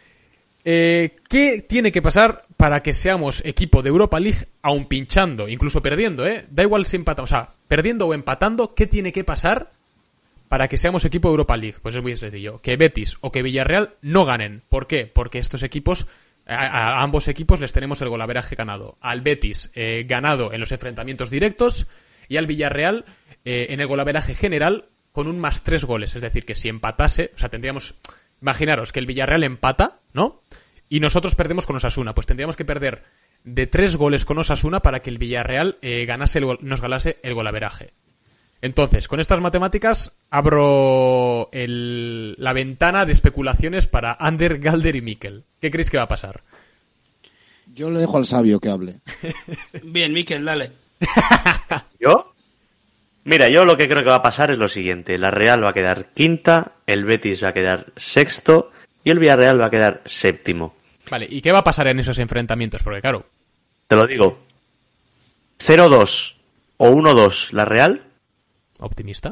¿qué tiene que pasar para que seamos equipo de Europa League aun pinchando, incluso perdiendo, Da igual si empatamos, o sea, perdiendo o empatando, ¿qué tiene que pasar para que seamos equipo de Europa League? Pues es muy sencillo. Que Betis o que Villarreal no ganen. ¿Por qué? Porque estos equipos, a ambos equipos les tenemos el golaveraje ganado. Al Betis ganado en los enfrentamientos directos y al Villarreal en el golaveraje general con un +3 goles. Es decir, que si empatase, o sea, tendríamos... Imaginaros que el Villarreal empata, ¿no? Y nosotros perdemos con Osasuna. Pues tendríamos que perder de 3 goles con Osasuna para que el Villarreal nos ganase el golaveraje. Entonces, con estas matemáticas abro la ventana de especulaciones para Ander, Galder y Mikel. ¿Qué creéis que va a pasar? Yo le dejo al sabio que hable. Bien, Mikel, dale. ¿Yo? Mira, yo lo que creo que va a pasar es lo siguiente. La Real va a quedar quinta, el Betis va a quedar sexto y el Villarreal va a quedar séptimo. Vale, ¿y qué va a pasar en esos enfrentamientos? Porque claro... Te lo digo. 0-2 o 1-2 la Real. ¿Optimista?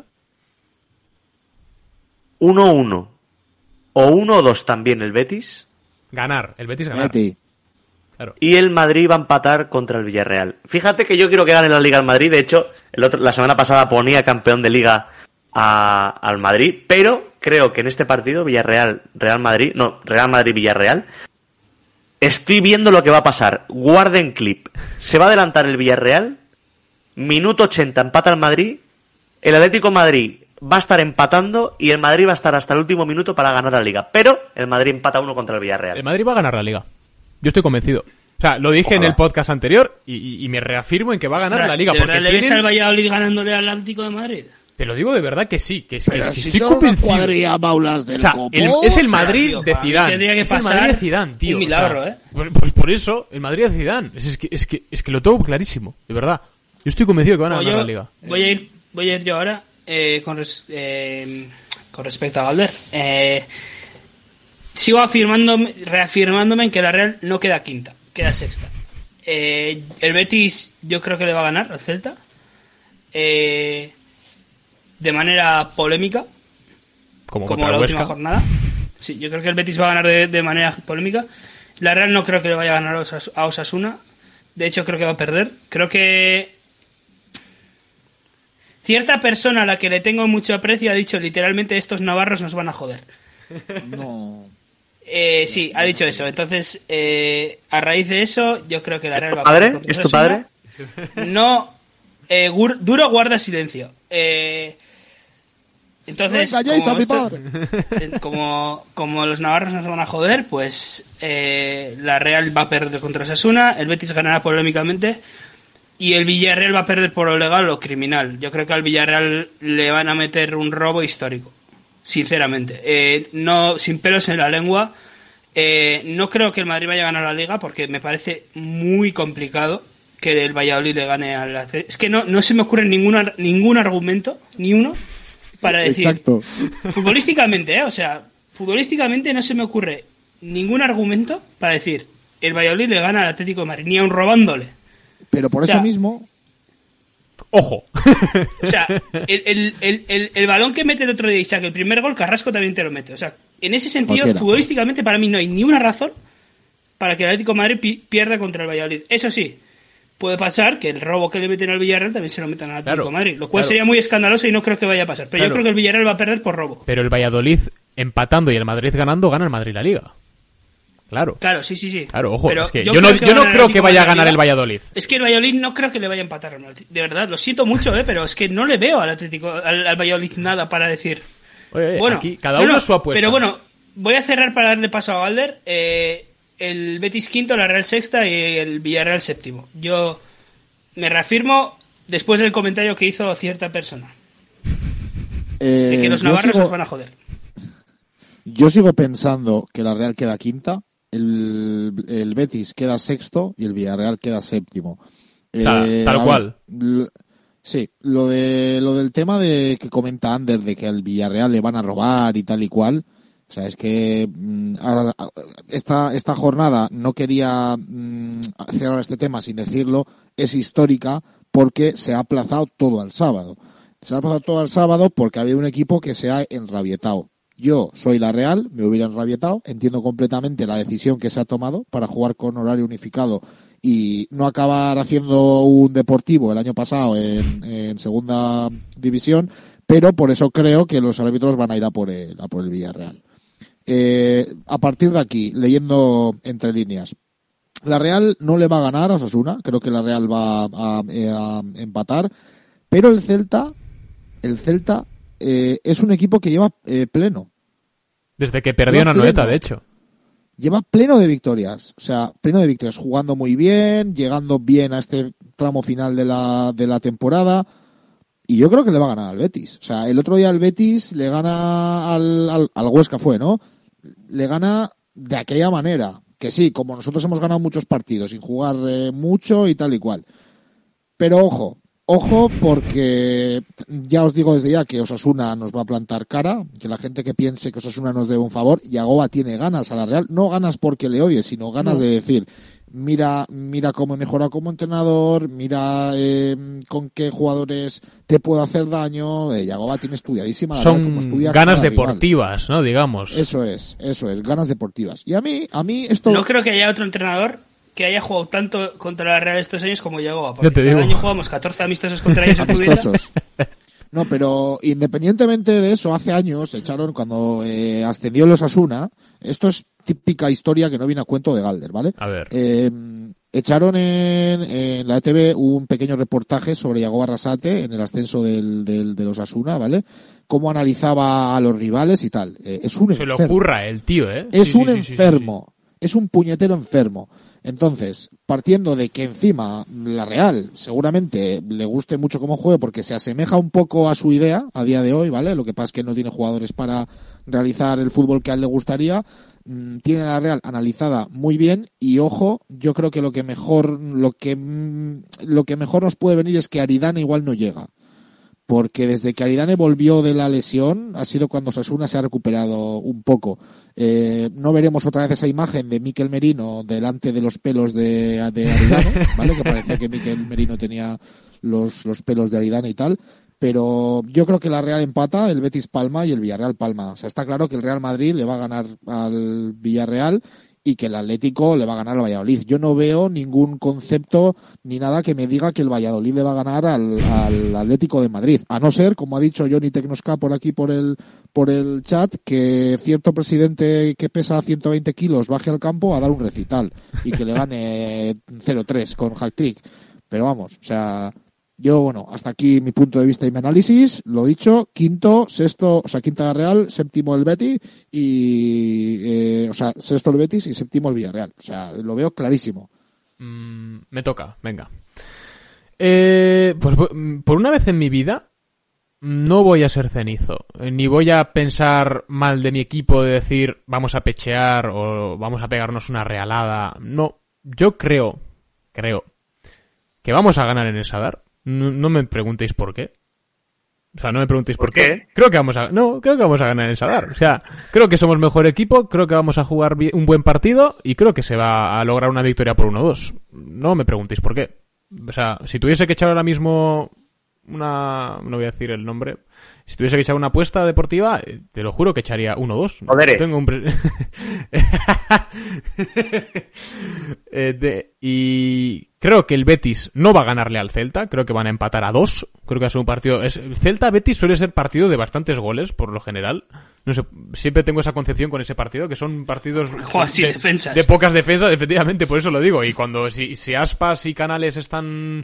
1-1 o 1-2 también el Betis. Ganar, el Betis ganar. Claro. Y el Madrid va a empatar contra el Villarreal. Fíjate que yo quiero que gane la Liga el Madrid. De hecho, la semana pasada ponía campeón de Liga al Madrid. Pero creo que en este partido, Real Madrid-Villarreal, estoy viendo lo que va a pasar. Guarden clip. Se va a adelantar el Villarreal. Minuto 80 empata el Madrid. El Atlético Madrid va a estar empatando y el Madrid va a estar hasta el último minuto para ganar la Liga. Pero el Madrid empata 1 contra el Villarreal. El Madrid va a ganar la Liga. Yo estoy convencido. O sea, lo dije en el podcast anterior y me reafirmo en que va a ganar la Liga. ¿De porque verdad le ves al Valladolid ganándole al Atlético de Madrid? Te lo digo de verdad que sí, que estoy son convencido. una cuadrilla maulas del copo. Es el Madrid Tío, de para mí Zidane. tendría que Es el pasar Madrid de Zidane, tío. un milagro, Pues por eso, el Madrid de Zidane. Es que lo tengo clarísimo, de verdad. Yo estoy convencido de que van a ganar la Liga. Voy a ir yo ahora con respecto a Galder. Sigo reafirmándome en que la Real no queda quinta, queda sexta. El Betis yo creo que le va a ganar al Celta. De manera polémica, Como la contra última Huesca. jornada. Sí, yo creo que el Betis va a ganar de manera polémica. La Real no creo que le vaya a ganar a Osasuna. De hecho, creo que va a perder. Creo que cierta persona a la que le tengo mucho aprecio ha dicho literalmente: estos navarros nos van a joder. No. Sí, ha dicho eso. Entonces, a raíz de eso, yo creo que la Real va a ¿Padre? perder contra ¿Es tu Osasuna. padre? No, Duro guarda silencio. Entonces, No engañéis a mi padre. como los navarros nos van a joder, pues la Real va a perder contra Osasuna, el Betis ganará polémicamente y el Villarreal va a perder por lo legal o lo criminal. Yo creo que al Villarreal le van a meter un robo histórico, sinceramente. No, sin pelos en la lengua. No creo que el Madrid vaya a ganar la Liga porque me parece muy complicado que el Valladolid le gane al Atlético. Es que no se me ocurre ningún argumento, ni uno, para decir. Exacto. Futbolísticamente, o sea, futbolísticamente no se me ocurre ningún argumento para decir el Valladolid le gana al Atlético de Madrid, ni aun robándole. Pero por O sea, eso mismo, Ojo. O sea, el balón que mete el otro día Isaac, el primer gol, Carrasco también te lo mete. O sea, en ese sentido, Cualquiera. futbolísticamente para mí no hay ni una razón para que el Atlético de Madrid pierda contra el Valladolid. Eso sí, puede pasar que el robo que le meten al Villarreal también se lo metan al Atlético Claro, de Madrid, lo cual claro. sería muy escandaloso y no creo que vaya a pasar. Pero Claro. yo creo que el Villarreal va a perder por robo. Pero el Valladolid empatando y el Madrid ganando, gana el Madrid la Liga. Claro. Claro, sí. Claro, ojo, Pero es que yo yo no creo que va a ganar el creo que Atlético vaya a de Madrid. ganar el Valladolid. Es que el Valladolid no creo que le vaya a empatar al Madrid. De verdad, lo siento mucho, pero es que no le veo al Atlético, al Valladolid nada para decir. Oye, Bueno, aquí cada uno su apuesta. Pero bueno, voy a cerrar para darle paso a Galder. El Betis quinto, la Real sexta y el Villarreal séptimo. Yo me reafirmo después del comentario que hizo cierta persona. De que los navarros nos van a joder. Yo sigo pensando que la Real queda quinta, el Betis queda sexto y el Villarreal queda séptimo. Tal a cual. ver, sí, lo del tema de que comenta Ander de que al Villarreal le van a robar y tal y cual. O sea, es que esta jornada no quería cerrar este tema sin decirlo, es histórica porque se ha aplazado todo al sábado. Se ha aplazado todo al sábado porque ha habido un equipo que se ha enrabietado. Yo soy la Real, me hubiera enrabietado, entiendo completamente la decisión que se ha tomado para jugar con horario unificado y no acabar haciendo un Deportivo el año pasado en segunda división, pero por eso creo que los árbitros van a ir a por el Villarreal. A partir de aquí, leyendo entre líneas, la Real no le va a ganar a Osasuna, creo que la Real va a empatar, pero el Celta es un equipo que lleva pleno. Desde que perdió en Lleva Anoeta, pleno. de hecho. Lleva pleno de victorias, o sea, pleno de victorias, jugando muy bien, llegando bien a este tramo final de la temporada, y yo creo que le va a ganar al Betis. O sea, el otro día el Betis le gana al Huesca fue, ¿no? Le gana de aquella manera, que sí, como nosotros hemos ganado muchos partidos, sin jugar mucho y tal y cual. Pero ojo, porque ya os digo desde ya que Osasuna nos va a plantar cara, que la gente que piense que Osasuna nos debe un favor, Yagoba tiene ganas a la Real, no ganas porque le odies, sino ganas de decir, mira cómo he mejorado como entrenador, mira con qué jugadores te puedo hacer daño, Yagoba tiene estudiadísima la Real, como Son estudia ganas cada rival. deportivas, ¿no? Digamos. Eso es, ganas deportivas. Y a mí esto... No creo que haya otro entrenador que haya jugado tanto contra la Real estos años como llegó. Yo te Cada digo. año jugamos 14 amistosos contra ellos en Tudela. amistosos. No, pero independientemente de eso, hace años echaron, cuando ascendió los Osasuna, esto es típica historia que no viene a cuento de Galder, ¿vale? A ver. Echaron en la ETV un pequeño reportaje sobre Yagoba Arrasate en el ascenso de los Osasuna, ¿vale? Cómo analizaba a los rivales y tal. Es un Se lo enfermo. ocurra el tío, ¿eh? Es Sí, un sí, sí, sí, enfermo. Es un puñetero enfermo. Entonces, partiendo de que encima la Real seguramente le guste mucho cómo juegue porque se asemeja un poco a su idea a día de hoy, ¿vale? Lo que pasa es que no tiene jugadores para realizar el fútbol que a él le gustaría. Tiene la Real analizada muy bien y ojo, yo creo que lo que mejor nos puede venir es que Aridane igual no llega. Porque desde que Aridane volvió de la lesión ha sido cuando Osasuna se ha recuperado un poco. No veremos otra vez esa imagen de Mikel Merino delante de los pelos de Aridane, ¿vale? Que parecía que Mikel Merino tenía los pelos de Aridane y tal. Pero yo creo que la Real empata, el Betis palma y el Villarreal palma. O sea, está claro que el Real Madrid le va a ganar al Villarreal y que el Atlético le va a ganar al Valladolid. Yo no veo ningún concepto ni nada que me diga que el Valladolid le va a ganar al Atlético de Madrid. A no ser, como ha dicho Johnny Tecnosca por aquí por el chat, que cierto presidente que pesa 120 kilos baje al campo a dar un recital y que le gane 0-3 con hat-trick. Pero vamos, o sea, yo, bueno, hasta aquí mi punto de vista y mi análisis. Lo dicho, quinta la Real, séptimo el Betis y, sexto el Betis y séptimo el Villarreal. O sea, lo veo clarísimo. Me toca, venga. Pues por una vez en mi vida no voy a ser cenizo, ni voy a pensar mal de mi equipo de decir vamos a pechear o vamos a pegarnos una realada. No, yo creo que vamos a ganar en el Sadar. No me preguntéis por qué. O sea, no me preguntéis por qué. Creo que vamos a ganar en el Sadar. O sea, creo que somos mejor equipo, creo que vamos a jugar un buen partido y creo que se va a lograr una victoria por 1-2. No me preguntéis por qué. O sea, si tuviese que echar ahora mismo no voy a decir el nombre. Si tuviese que echar una apuesta deportiva, te lo juro que echaría 1-2. Joder. Tengo y creo que el Betis no va a ganarle al Celta. Creo que van a empatar a 2. Creo que va a ser un partido... Celta-Betis suele ser partido de bastantes goles, por lo general. No sé, siempre tengo esa concepción con ese partido, que son partidos de pocas defensas, efectivamente, por eso lo digo. Y cuando si Aspas y Canales están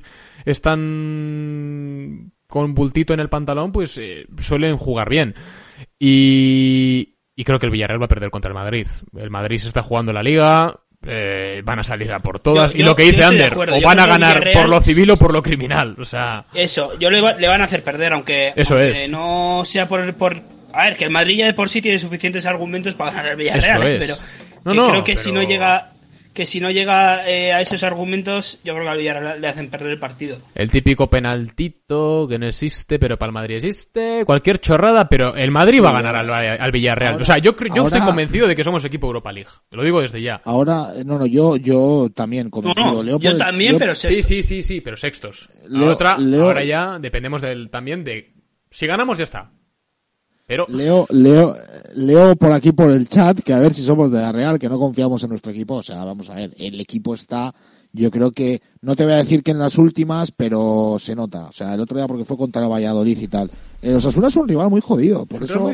con bultito en el pantalón, pues suelen jugar bien. Y creo que el Villarreal va a perder contra el Madrid. El Madrid se está jugando la Liga, van a salir a por todas. Y lo que dice Ander, o van a ganar por lo civil o por lo criminal. O sea, eso, le van a hacer perder, aunque no sea por... A ver, que el Madrid ya de por sí tiene suficientes argumentos para ganar el Villarreal, pero creo que si no llega a esos argumentos, yo creo que al Villarreal le hacen perder el partido. El típico penaltito que no existe, pero para el Madrid existe. Cualquier chorrada, pero el Madrid va a ganar al Villarreal. Ahora, o sea, yo estoy convencido de que somos equipo Europa League. Te lo digo desde ya. Ahora, yo también convencido. Yo también, pero sextos. Sí, pero sextos. Ahora ya dependemos también de... Si ganamos, ya está. Pero... Leo por aquí por el chat que a ver si somos de la Real, que no confiamos en nuestro equipo. O sea, vamos a ver, el equipo está, yo creo que, no te voy a decir que en las últimas, pero se nota. O sea, el otro día porque fue contra el Valladolid y tal. El Osasuna es un rival muy jodido, por eso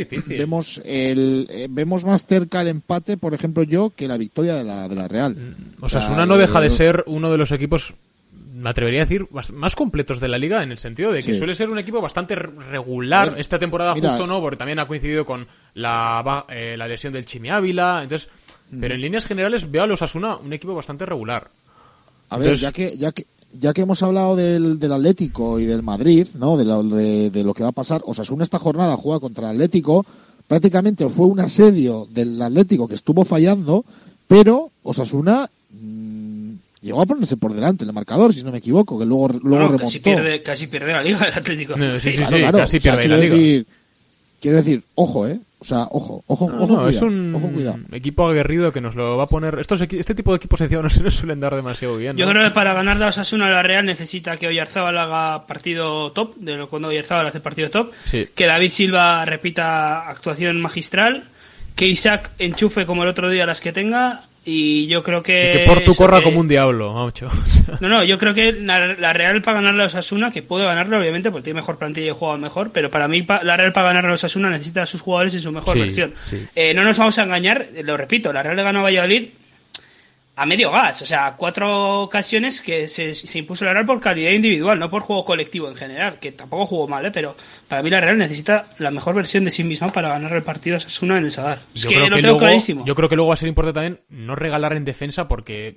vemos más cerca el empate, por ejemplo, que la victoria de la Real. Osasuna no deja de ser uno de los equipos, me atrevería a decir, más completos de la liga, en el sentido de que suele ser un equipo bastante regular. Esta temporada justo no, porque también ha coincidido con la lesión del Chimi Ávila. Entonces, pero en líneas generales veo a los Osasuna un equipo bastante regular. A ver, ya que hemos hablado del Atlético y del Madrid, ¿no? De lo que va a pasar, Osasuna esta jornada juega contra el Atlético. Prácticamente fue un asedio del Atlético que estuvo fallando, pero Osasuna llegó a ponerse por delante en el marcador, si no me equivoco, que luego remontó. Casi pierde la Liga el Atlético. Sí, claro. Casi pierde la Liga. Quiero decir, ojo, O sea, ojo, es un equipo aguerrido que nos lo va a poner... Este tipo de equipos encima no se nos suelen dar demasiado bien, ¿no? Yo creo que para ganar la Osasuna la Real necesita que Oyarzábal haga partido top, cuando Oyarzábal hace partido top, que David Silva repita actuación magistral, que Isaac enchufe como el otro día las que tenga... Y yo creo que... Y que Portu corra como un diablo, macho. No, yo creo que la Real para ganarle a Osasuna, que puede ganarle obviamente porque tiene mejor plantilla y juega mejor, pero para mí la Real para ganarle a Osasuna necesita a sus jugadores en su mejor versión. Sí. No nos vamos a engañar, lo repito, la Real le ganó a Valladolid a medio gas, o sea, 4 ocasiones que se impuso la Real por calidad individual, no por juego colectivo en general, que tampoco jugó mal, pero para mí la Real necesita la mejor versión de sí misma para ganar el partido a Osasuna en el Sadar. Yo creo que lo tengo clarísimo. Yo creo que luego va a ser importante también no regalar en defensa, porque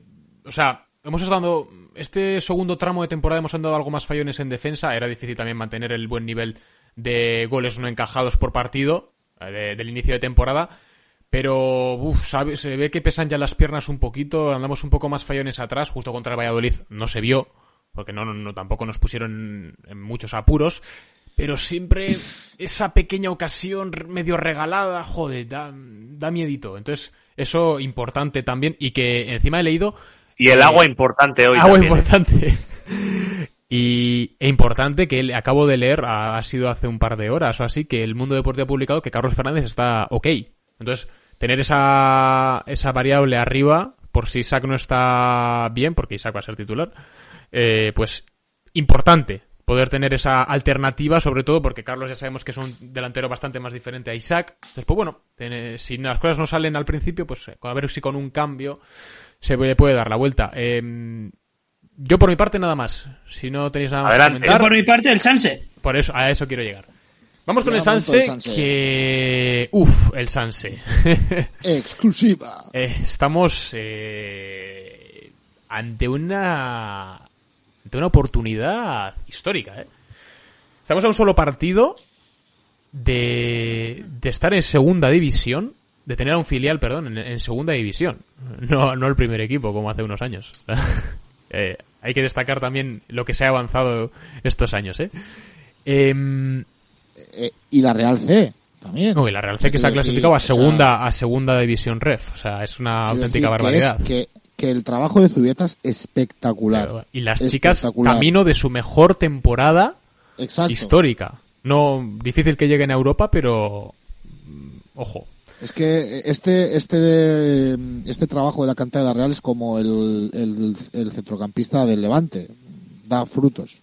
o sea, hemos estado... Este segundo tramo de temporada hemos andado algo más fallones en defensa. Era difícil también mantener el buen nivel de goles no encajados por partido del inicio de temporada. Pero, se ve que pesan ya las piernas un poquito. Andamos un poco más fallones atrás. Justo contra el Valladolid no se vio, porque no tampoco nos pusieron en muchos apuros. Pero siempre esa pequeña ocasión medio regalada, joder, da miedito. Entonces, eso importante también. Y que encima he leído... Y el agua importante hoy agua también. Importante. E importante que acabo de leer, ha sido hace un par de horas o así, que el Mundo Deportivo ha publicado que Carlos Fernández está ok. Entonces, tener esa variable arriba, por si Isaac no está bien, porque Isaac va a ser titular, pues importante poder tener esa alternativa, sobre todo porque Carlos ya sabemos que es un delantero bastante más diferente a Isaac. Después, bueno, si las cosas no salen al principio, pues a ver si con un cambio se puede dar la vuelta. Yo por mi parte nada más. Si no tenéis nada más que comentar. Yo por mi parte el Sanse. Por eso, a eso quiero llegar. Vamos con el Sanse, que... el Sanse. Exclusiva. Estamos ante una oportunidad histórica, Estamos a un solo partido de estar en segunda división, de tener a un filial, perdón, en segunda división. No el primer equipo, como hace unos años. Hay que destacar también lo que se ha avanzado estos años, Y la Real C también. No, y la Real C que se ha clasificado a segunda división ref. O sea, es una auténtica barbaridad. Que el trabajo de Zubieta es espectacular. Y las chicas camino de su mejor temporada histórica. No, difícil que lleguen a Europa, pero ojo. Es que este trabajo de la cantera de la Real es como el centrocampista del Levante. Da frutos.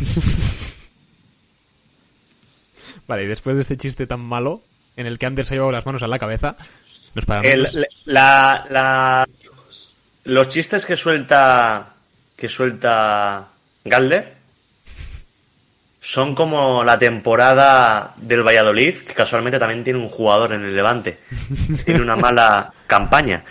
Vale, y después de este chiste tan malo, en el que Ander se ha llevado las manos a la cabeza, nos paramos. Los chistes que suelta Galder son como la temporada del Valladolid, que casualmente también tiene un jugador en el Levante. Tiene una mala campaña.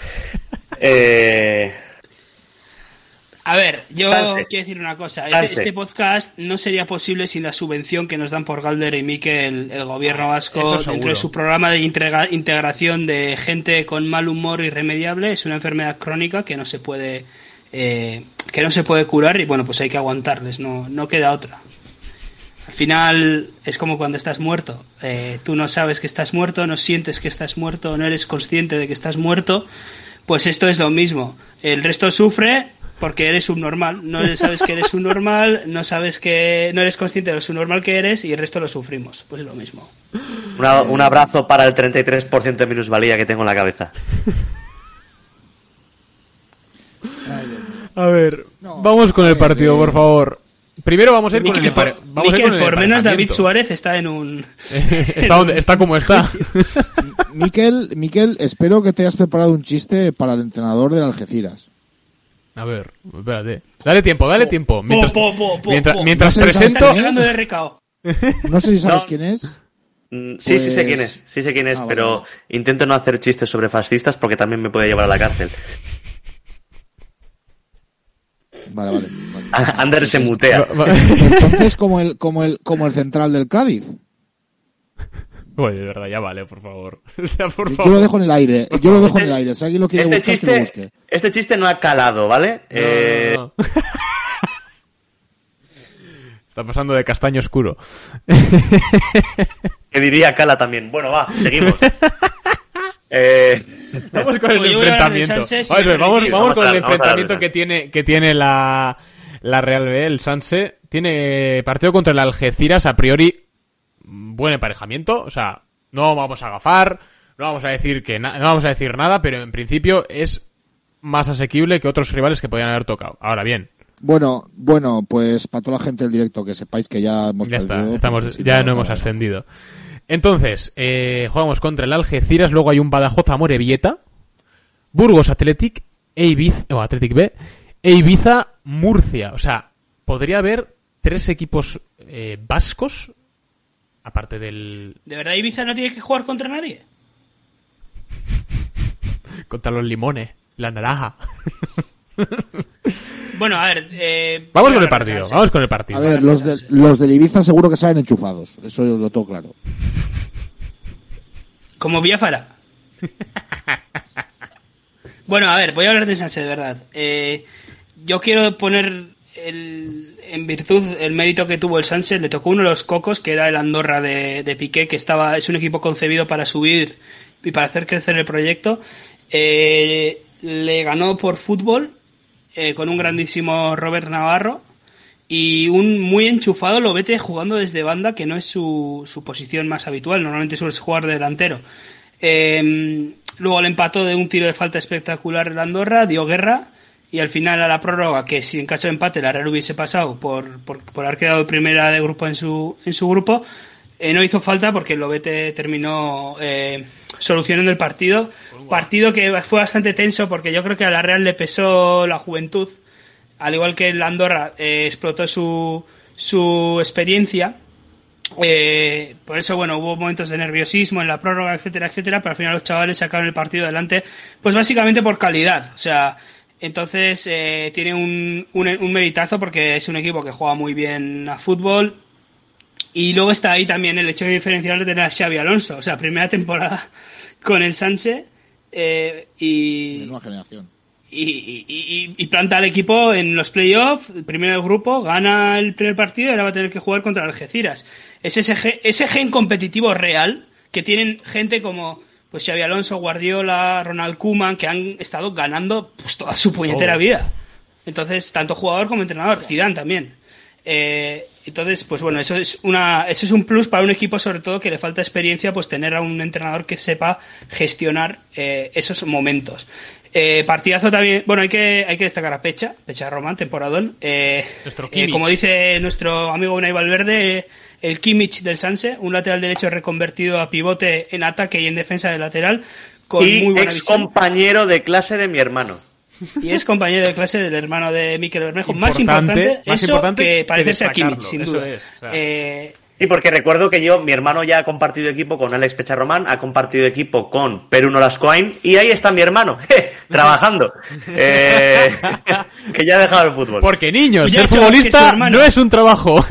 A ver, yo quiero decir una cosa. Este podcast no sería posible sin la subvención que nos dan por Galder y Mikel, el gobierno vasco, dentro de su programa de integración de gente con mal humor irremediable. Es una enfermedad crónica que no se puede curar y bueno, pues hay que aguantarles, no queda otra. Al final es como cuando estás muerto. Tú no sabes que estás muerto, no sientes que estás muerto, no eres consciente de que estás muerto. Pues esto es lo mismo. El resto sufre porque eres subnormal. No sabes que eres subnormal, no eres consciente de lo subnormal que eres y el resto lo sufrimos. Pues es lo mismo. Un abrazo para el 33% de minusvalía que tengo en la cabeza. A ver, vamos con el partido, por favor. Primero vamos a ir con el por menos David Suárez está en un... está como está. Mikel, espero que te hayas preparado un chiste para el entrenador del Algeciras. A ver, espérate. Dale tiempo. Mientras no presento... No sé si sabes quién es. Sí sé quién es. Sí sé quién es, pero vale. Intento no hacer chistes sobre fascistas porque también me puede llevar a la cárcel. Vale. Ander se mutea. Entonces, como el central del Cádiz. Oye, de verdad, ya vale, por favor. O sea, por Yo favor. lo dejo en el aire. Si alguien lo quiere buscar, que lo busque. Este chiste no ha calado, ¿vale? No. Está pasando de castaño oscuro. Que diría Cala también. Bueno, va, seguimos. Vamos con el enfrentamiento. Vamos con el enfrentamiento que tiene la Real B, el Sanse. Tiene partido contra el Algeciras, a priori buen emparejamiento, o sea, no vamos a agafar, no vamos a decir nada, pero en principio es más asequible que otros rivales que podían haber tocado. Ahora bien. Bueno, pues para toda la gente del directo que sepáis que ya hemos ya no hemos ascendido. Entonces, jugamos contra el Algeciras, luego hay un Badajoz Amorebieta, Burgos Athletic, Athletic B, e Ibiza Murcia. O sea, podría haber 3 equipos vascos, aparte del... ¿De verdad Ibiza no tiene que jugar contra nadie? Contra los limones, la naranja. Bueno, a ver... Vamos con el partido, vamos con el partido. A ver, los del Ibiza seguro que salen enchufados, eso yo lo tengo claro. Como Biafara. Bueno, a ver, voy a hablar de Sanse, de verdad. Yo quiero poner en virtud el mérito que tuvo el Sanse. Le tocó uno de los cocos, que era el Andorra de Piqué, que es un equipo concebido para subir y para hacer crecer el proyecto. Le ganó por fútbol con un grandísimo Robert Navarro y un muy enchufado Lobete jugando desde banda, que no es su posición más habitual. Normalmente suele jugar de delantero. Luego le empató de un tiro de falta espectacular el Andorra, dio guerra, y al final a la prórroga, que si en caso de empate la Real hubiese pasado por haber quedado primera de grupo en su grupo, no hizo falta porque el Lobete terminó solucionando el partido. Partido que fue bastante tenso porque yo creo que a la Real le pesó la juventud, al igual que el Andorra explotó su experiencia. Por eso, bueno, hubo momentos de nerviosismo en la prórroga, etcétera, etcétera, pero al final los chavales sacaron el partido adelante, pues básicamente por calidad. O sea, entonces tiene un meritazo porque es un equipo que juega muy bien a fútbol. Y luego está ahí también el hecho de diferencial de tener a Xabi Alonso. O sea, primera temporada con el Sanse y... De nueva generación. Y planta al equipo en los playoffs, el primero del grupo, gana el primer partido y ahora va a tener que jugar contra el Algeciras. Es ese gen competitivo real que tienen gente como pues Xabi Alonso, Guardiola, Ronald Koeman, que han estado ganando pues toda su puñetera vida. Entonces, tanto jugador como entrenador, Zidane también. Entonces, pues bueno, eso es un plus para un equipo, sobre todo que le falta experiencia, pues tener a un entrenador que sepa gestionar esos momentos. Partidazo también, bueno, hay que destacar a Pecha Román, temporadón. Nuestro Kimmich. Como dice nuestro amigo Unai Valverde, el Kimmich del Sanse, un lateral derecho reconvertido a pivote en ataque y en defensa de lateral, con y muy buena ex visión. compañero de clase de mi hermano. Y es compañero de clase del hermano de Mikel Bermejo. Más importante que parecerse a Kimmich, sin duda. Es, claro. Y porque recuerdo que mi hermano ya ha compartido equipo con Alex Pecharromán, ha compartido equipo con Perú Nolascoain, y ahí está mi hermano, trabajando. Que ya ha dejado el fútbol. Porque, niños, Oye, ser chaval, futbolista no es un trabajo.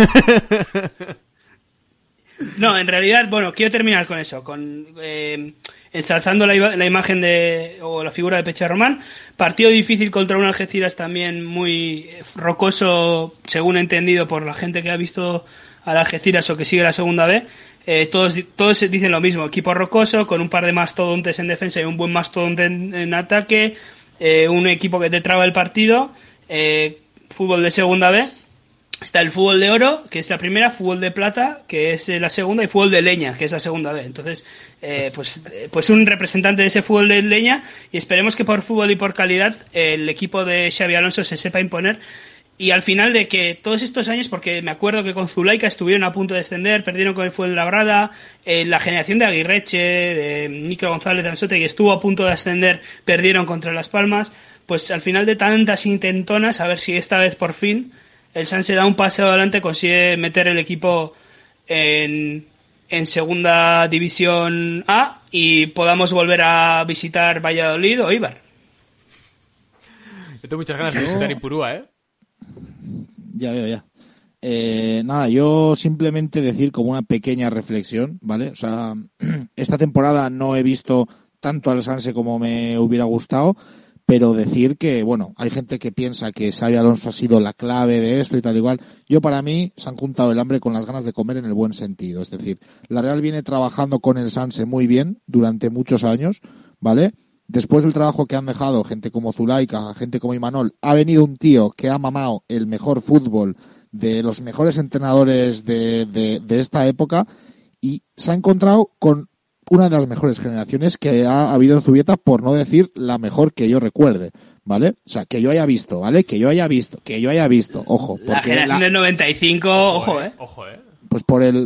No, en realidad, bueno, quiero terminar con eso, ensalzando la imagen o la figura de Pecharromán. Partido difícil contra un Algeciras también muy rocoso, según he entendido por la gente que ha visto al Algeciras o que sigue la segunda B. Todos dicen lo mismo, equipo rocoso, con un par de mastodontes en defensa y un buen mastodonte en ataque, un equipo que te traba el partido, fútbol de segunda B. Está el fútbol de oro, que es la primera, fútbol de plata, que es la segunda, y fútbol de leña, que es la segunda B. Entonces, pues un representante de ese fútbol de leña, y esperemos que por fútbol y por calidad el equipo de Xabi Alonso se sepa imponer. Y al final de que todos estos años, porque me acuerdo que con Zulaika estuvieron a punto de descender, perdieron con el Fuenlabrada, la generación de Aguirreche, de Mikel González de Ansote, que estuvo a punto de ascender, perdieron contra Las Palmas. Pues al final de tantas intentonas, a ver si esta vez por fin el Sanse da un paseo adelante, consigue meter el equipo en segunda división A y podamos volver a visitar Valladolid o Eibar. Yo tengo muchas ganas de visitar Ipurúa, ¿eh? Ya veo, ya. Nada, yo simplemente decir como una pequeña reflexión, ¿vale? O sea, esta temporada no he visto tanto al Sanse como me hubiera gustado, pero decir que, bueno, hay gente que piensa que Xabi Alonso ha sido la clave de esto y tal igual. Yo, para mí, se han juntado el hambre con las ganas de comer en el buen sentido. Es decir, la Real viene trabajando con el Sanse muy bien durante muchos años, ¿vale? Después del trabajo que han dejado gente como Zulaika, gente como Imanol, ha venido un tío que ha mamado el mejor fútbol de los mejores entrenadores de esta época y se ha encontrado con una de las mejores generaciones que ha habido en Zubieta, por no decir la mejor que yo recuerde, ¿vale? O sea, que yo haya visto, ¿vale? Que yo haya visto, ojo. Porque la generación del 95, ojo. Pues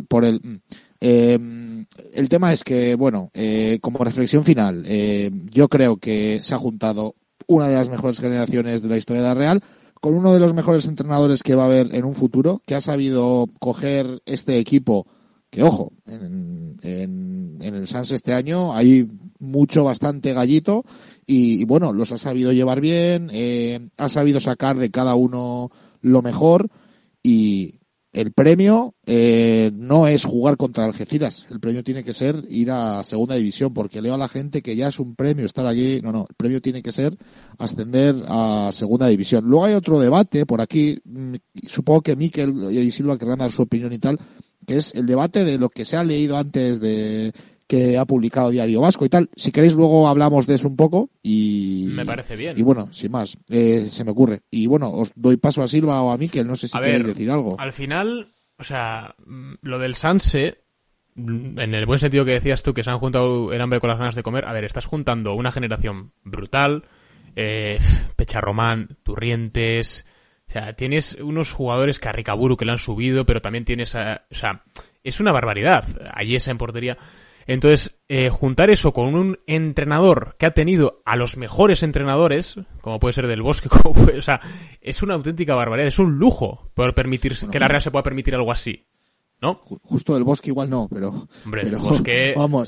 el tema es que, bueno, como reflexión final, yo creo que se ha juntado una de las mejores generaciones de la historia de la Real con uno de los mejores entrenadores que va a haber en un futuro, que ha sabido coger este equipo, que ojo, en el Sanse este año hay bastante gallito, y bueno, los ha sabido llevar bien, ha sabido sacar de cada uno lo mejor, y el premio no es jugar contra Algeciras, el premio tiene que ser ir a segunda división, porque leo a la gente que ya es un premio estar allí. No, el premio tiene que ser ascender a segunda división. Luego hay otro debate por aquí, supongo que Mikel y Silva querrán dar su opinión y tal, que es el debate de lo que se ha leído antes de que ha publicado Diario Vasco y tal. Si queréis luego hablamos de eso un poco y... Me parece bien. Y bueno, sin más, se me ocurre. Y bueno, os doy paso a Silva o a Mikel, no sé si queréis decir algo. Al final, o sea, lo del Sanse, en el buen sentido que decías tú, que se han juntado el hambre con las ganas de comer, a ver, estás juntando una generación brutal, Pecharromán, Turrientes... O sea, tienes unos jugadores Carricaburu que le han subido, pero también tienes... o sea, es una barbaridad. Ayesa en portería... Entonces, juntar eso con un entrenador que ha tenido a los mejores entrenadores, como puede ser Del Bosque, o sea, es una auténtica barbaridad, es un lujo poder permitirse, que la Real se pueda permitir algo así, ¿no? Justo Del Bosque igual no, pero... Hombre, Del Bosque... Vamos,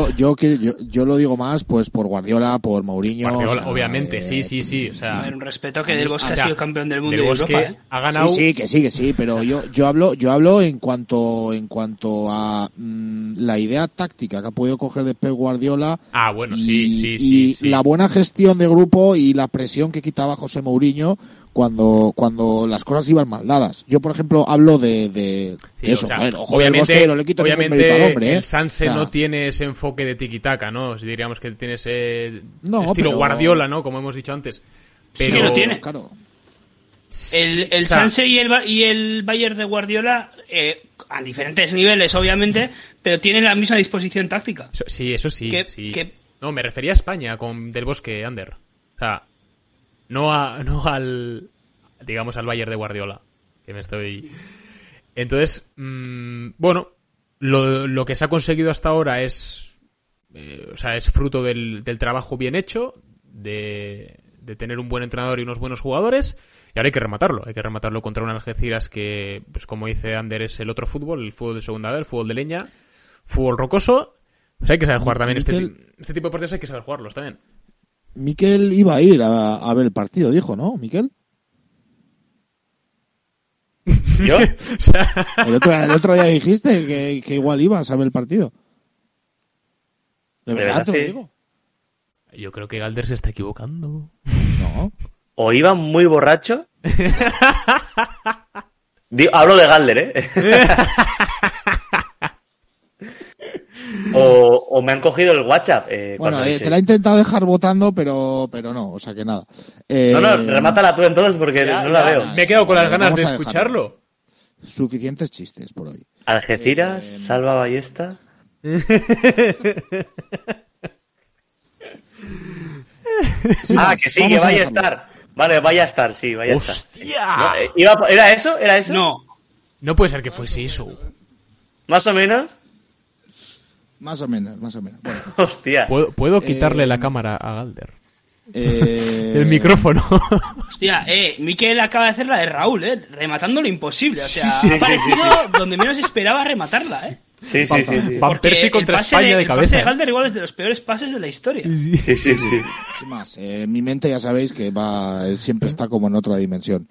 yo lo digo más pues por Guardiola, por Mourinho... Guardiola, o sea, obviamente, sí, o sea... A ver, un respeto que Del Bosque ha sido campeón del mundo Del de Bosque Europa, ¿eh? ha ganado... Sí, que sí, pero yo hablo en cuanto a la idea táctica que ha podido coger de Pep Guardiola. Ah, bueno, sí. sí. La buena gestión de grupo y la presión que quitaba José Mourinho cuando las cosas iban mal dadas. Yo, por ejemplo, hablo de eso. O sea, bueno, ojo, obviamente, no le quito ningún mérito al hombre, el Sanse no tiene ese enfoque de tiki-taka, ¿no? Diríamos que tiene ese estilo Guardiola, ¿no? Como hemos dicho antes. Pero... Sí que lo tiene. Claro. El Sanse y el Bayern de Guardiola, a diferentes niveles, obviamente, pero tienen la misma disposición táctica. Sí, eso sí. Que... No, me refería a España con Del Bosque, Ander. O sea, no al, digamos, al Bayern de Guardiola, que me estoy... Entonces, bueno, lo que se ha conseguido hasta ahora es, o sea, es fruto del trabajo bien hecho, de tener un buen entrenador y unos buenos jugadores, y ahora hay que rematarlo contra un Algeciras que, pues como dice Ander, es el otro fútbol, el fútbol de segunda vez, el fútbol de leña, fútbol rocoso. Pues hay que saber jugar también este tipo de partidos, hay que saber jugarlos también. Mikel iba a ir a ver el partido, dijo, ¿no, Mikel? ¿Yo? O sea... el otro día dijiste que igual ibas a ver el partido. ¿De verdad te lo digo? Yo creo que Galder se está equivocando. No. O iba muy borracho. Hablo de Galder, ¿eh? O me han cogido el WhatsApp. Bueno, te la he intentado dejar votando, pero no, o sea que nada. No, remátala tú entonces porque no la veo. Me he quedado con las ganas de escucharlo. Suficientes chistes por hoy. Algeciras, Salva Ballesta. Que sí, que vaya a estar. Vale, vaya a estar, sí, vaya a estar. ¡Hostia! ¿Era eso? ¿Era eso? No puede ser que fuese eso. ¿Más o menos? Más o menos. Bueno. Hostia. ¿Puedo quitarle la cámara a Galder? El micrófono. Hostia, Mikel acaba de hacer la de Raúl, rematando lo imposible. O sea, Sí. ha aparecido donde menos esperaba rematarla, Sí. Van Persie contra España de cabeza. El pase de Galder igual es de los peores pases de la historia. Sí. Sin más, mi mente ya sabéis que siempre está como en otra dimensión.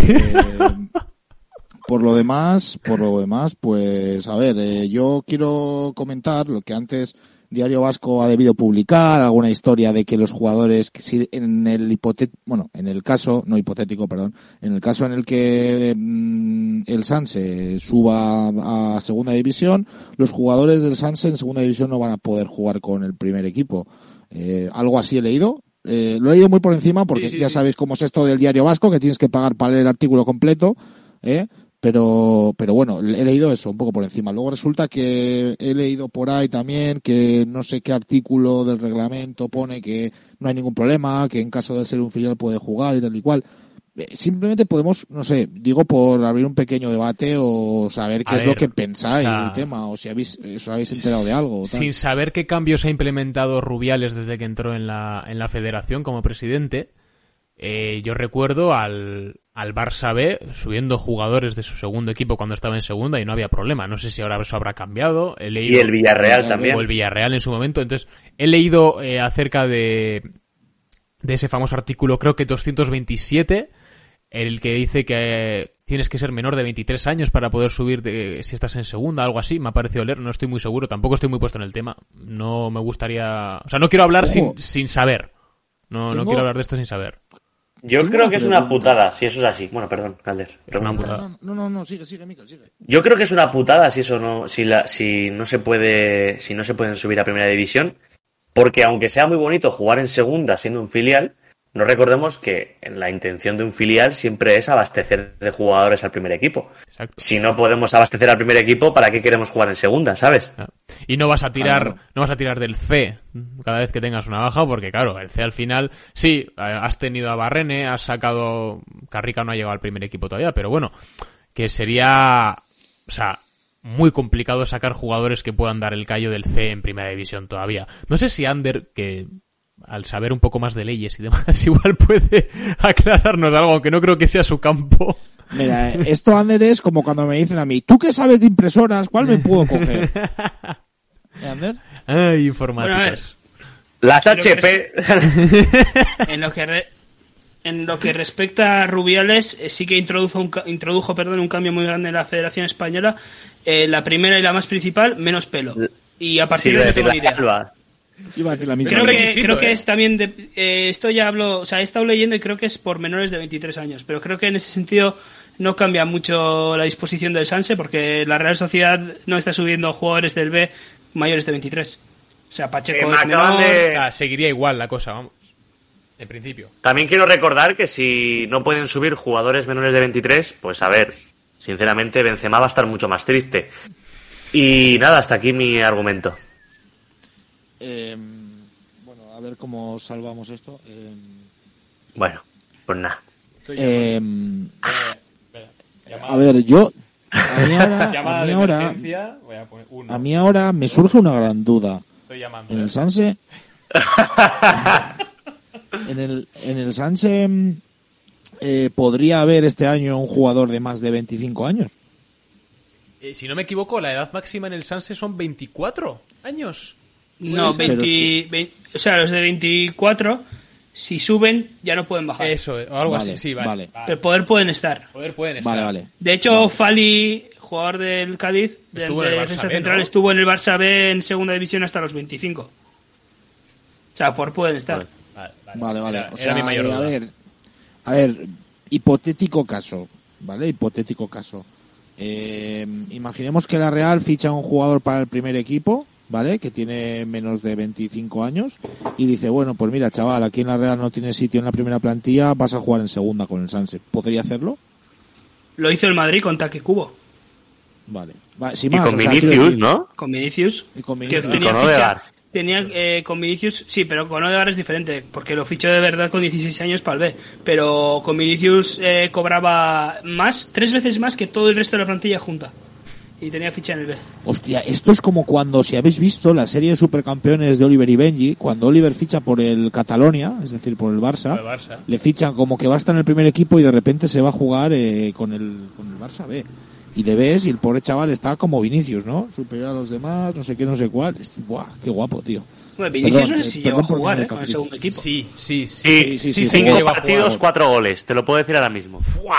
Por lo demás, pues a ver, yo quiero comentar lo que antes Diario Vasco ha debido publicar, alguna historia de que los jugadores, si en el caso en el que el Sanse suba a segunda división, los jugadores del Sanse en segunda división no van a poder jugar con el primer equipo. Algo así he leído. Lo he leído muy por encima porque ya sabéis cómo es esto del Diario Vasco, que tienes que pagar para leer el artículo completo, Pero bueno, he leído eso un poco por encima. Luego resulta que he leído por ahí también que no sé qué artículo del reglamento pone que no hay ningún problema, que en caso de ser un filial puede jugar y tal y cual. Simplemente podemos, no sé, digo por abrir un pequeño debate o saber qué es lo que pensáis del tema, o si os habéis enterado de algo. Sin saber qué cambios ha implementado Rubiales desde que entró en la federación como presidente. Yo recuerdo al Barça B subiendo jugadores de su segundo equipo cuando estaba en segunda y no había problema. No sé si ahora eso habrá cambiado. Y el Villarreal también. O el Villarreal en su momento. Entonces, he leído acerca de de ese famoso artículo, creo que 227, el que dice que tienes que ser menor de 23 años para poder subir si estás en segunda, algo así, me ha parecido leer, no estoy muy seguro, tampoco estoy muy puesto en el tema, no me gustaría... O sea, no quiero hablar sin saber, no quiero hablar de esto sin saber. Yo creo que es una putada, si eso es así. Bueno, perdón, Calder. No, sigue, Mikel, sigue. Yo creo que es una putada si eso no, si no se pueden subir a primera división, porque aunque sea muy bonito jugar en segunda siendo un filial, no recordemos que la intención de un filial siempre es abastecer de jugadores al primer equipo. Exacto. Si no podemos abastecer al primer equipo, ¿para qué queremos jugar en segunda, sabes? Y no vas a tirar del C cada vez que tengas una baja, porque claro, el C al final, sí, has tenido a Barrene, has sacado... Carrica no ha llegado al primer equipo todavía, pero bueno, que sería... O sea, muy complicado sacar jugadores que puedan dar el callo del C en primera división todavía. No sé si Ander, que... al saber un poco más de leyes y demás, igual puede aclararnos algo, aunque no creo que sea su campo. Mira, esto, Ander, es como cuando me dicen a mí, ¿tú qué sabes de impresoras? ¿Cuál me puedo coger? ¿Ander? Ay, informáticas. Bueno, las HP. En lo que respecta a Rubiales, sí que introdujo un cambio muy grande en la Federación Española. La primera y la más principal, menos pelo. Y a partir de no tengo ni idea. Iba a decir la misma. Creo que es también esto ya hablo, o sea, he estado leyendo y creo que es por menores de 23 años, pero creo que en ese sentido no cambia mucho la disposición del Sanse, porque la Real Sociedad no está subiendo jugadores del B mayores de 23. O sea, Pacheco es menor. Seguiría igual la cosa, vamos. En principio. También quiero recordar que si no pueden subir jugadores menores de 23, pues a ver, sinceramente Benzema va a estar mucho más triste. Y nada, hasta aquí mi argumento. Bueno, a ver cómo salvamos esto. Bueno, pues nada. A ver, yo... A mí ahora me surge una gran duda. En el Sanse... en el Sanse podría haber este año un jugador de más de 25 años. Si no me equivoco, la edad máxima en el Sanse son 24 años. No, 20, o sea, los de 24, si suben, ya no pueden bajar. Eso, o algo así, sí, vale. Pero poder pueden estar. Vale. De hecho, Fali, jugador del Cádiz, de defensa central, ¿no? Estuvo en el Barça B en segunda división hasta los 25. O sea, pueden estar. Vale. O sea, a ver, hipotético caso, ¿vale? Hipotético caso. Imaginemos que la Real ficha un jugador para el primer equipo, ¿vale? Que tiene menos de 25 años y dice, bueno, pues mira, chaval, aquí en la Real no tiene sitio en la primera plantilla, vas a jugar en segunda con el Sanse. ¿Podría hacerlo? Lo hizo el Madrid con Taque Cubo. Vale. Sin más, y con Vinicius, ¿no? Con Vinicius. Y con Vinicius. Con Vinicius, sí, pero con Odegaard es diferente, porque lo fichó de verdad con 16 años para el B. Pero con Vinicius cobraba 3 veces más que todo el resto de la plantilla junta. Y tenía ficha en el B. Hostia, esto es como cuando, si habéis visto la serie de supercampeones de Oliver y Benji, cuando Oliver ficha por el Catalonia, es decir, por el Barça, le fichan como que va a estar en el primer equipo y de repente se va a jugar con el Barça B. Y le ves y el pobre chaval está como Vinicius, ¿no? Superior a los demás, no sé qué, no sé cuál. Buah, qué guapo, tío. Bueno, Vinicius no sé si llegó a jugar con el segundo equipo. Sí. 5 partidos, 4 goles. Te lo puedo decir ahora mismo.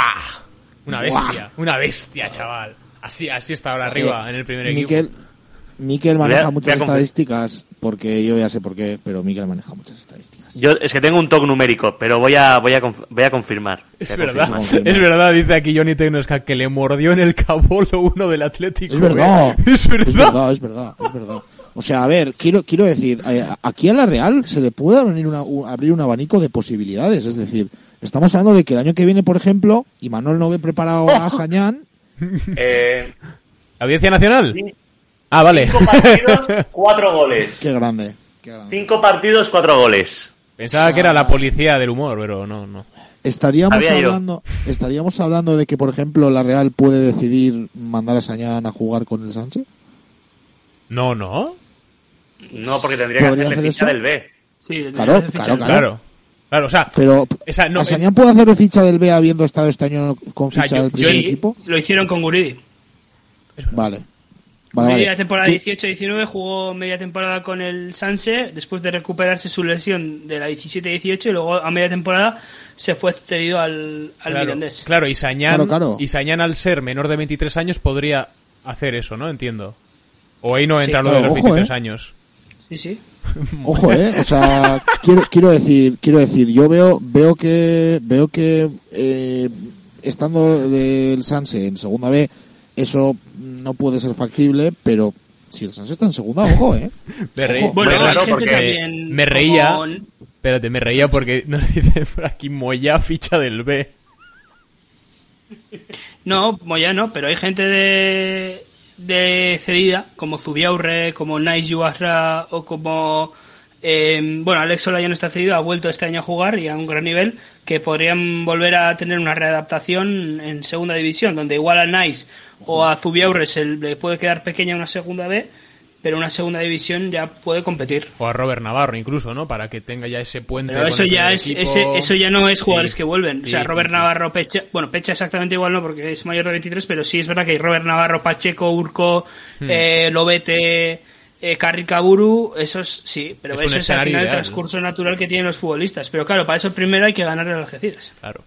¡Buah! Una bestia, chaval. Así está ahora arriba en el primer equipo. Mikel maneja muchas estadísticas, porque yo ya sé por qué, pero Mikel maneja muchas estadísticas. Yo es que tengo un toque numérico, pero voy a confirmar. Es verdad, dice aquí Johnny Tecnosca que le mordió en el cabolo uno del Atlético. Es verdad. Es verdad. O sea, a ver, quiero decir, aquí a la Real se le puede abrir un abanico de posibilidades, es decir, estamos hablando de que el año que viene, por ejemplo, Imanol no ve preparado a Sañán. ¿Audiencia Nacional? Sí. Ah, vale. 5 partidos, 4 goles. Qué grande. 5 partidos, 4 goles. Pensaba que era la policía del humor, pero no. Estaríamos hablando de que, por ejemplo, la Real puede decidir mandar a Sañán a jugar con el Sánchez. No. No, porque tendría que hacerle ficha del B. Sí, claro. Claro, o sea, pero ¿a Sañán puede hacer ficha del B habiendo estado este año con ficha del primer equipo? Lo hicieron con Guridi. Vale. Media temporada 18-19 jugó media temporada con el Sanse después de recuperarse su lesión de la 17-18 y luego a media temporada se fue cedido al Mirandés. Claro, y Sañán al ser menor de 23 años podría hacer eso, ¿no? Entiendo. O ahí no entra lo de los 23 años. Sí. Ojo, o sea, quiero decir, yo veo que estando del Sanse en segunda B, eso no puede ser factible, pero si el Sanse está en segunda, ojo, Bueno, claro, porque me reía. Espérate, me reía porque nos dice por aquí Moya ficha del B. No, Moya no, pero hay gente de cedida, como Zubiaurre, como Nice Yuasra o como... Alex Sola ya no está cedido, ha vuelto este año a jugar y a un gran nivel, que podrían volver a tener una readaptación en segunda división, donde igual a Nice o a Zubiaurre le puede quedar pequeña una segunda B, pero una segunda división ya puede competir. O a Robert Navarro incluso, ¿no? Para que tenga ya ese puente. Pero eso ya es eso ya no es jugadores que vuelven. O sea, Robert Navarro, Pecha exactamente igual no, porque es mayor de 23, pero sí es verdad que Robert Navarro, Pacheco, Urco, Lobete, Carricaburu, esos sí, pero eso es al final el transcurso natural que tienen los futbolistas. Pero claro, para eso primero hay que ganar a Algeciras. Claro.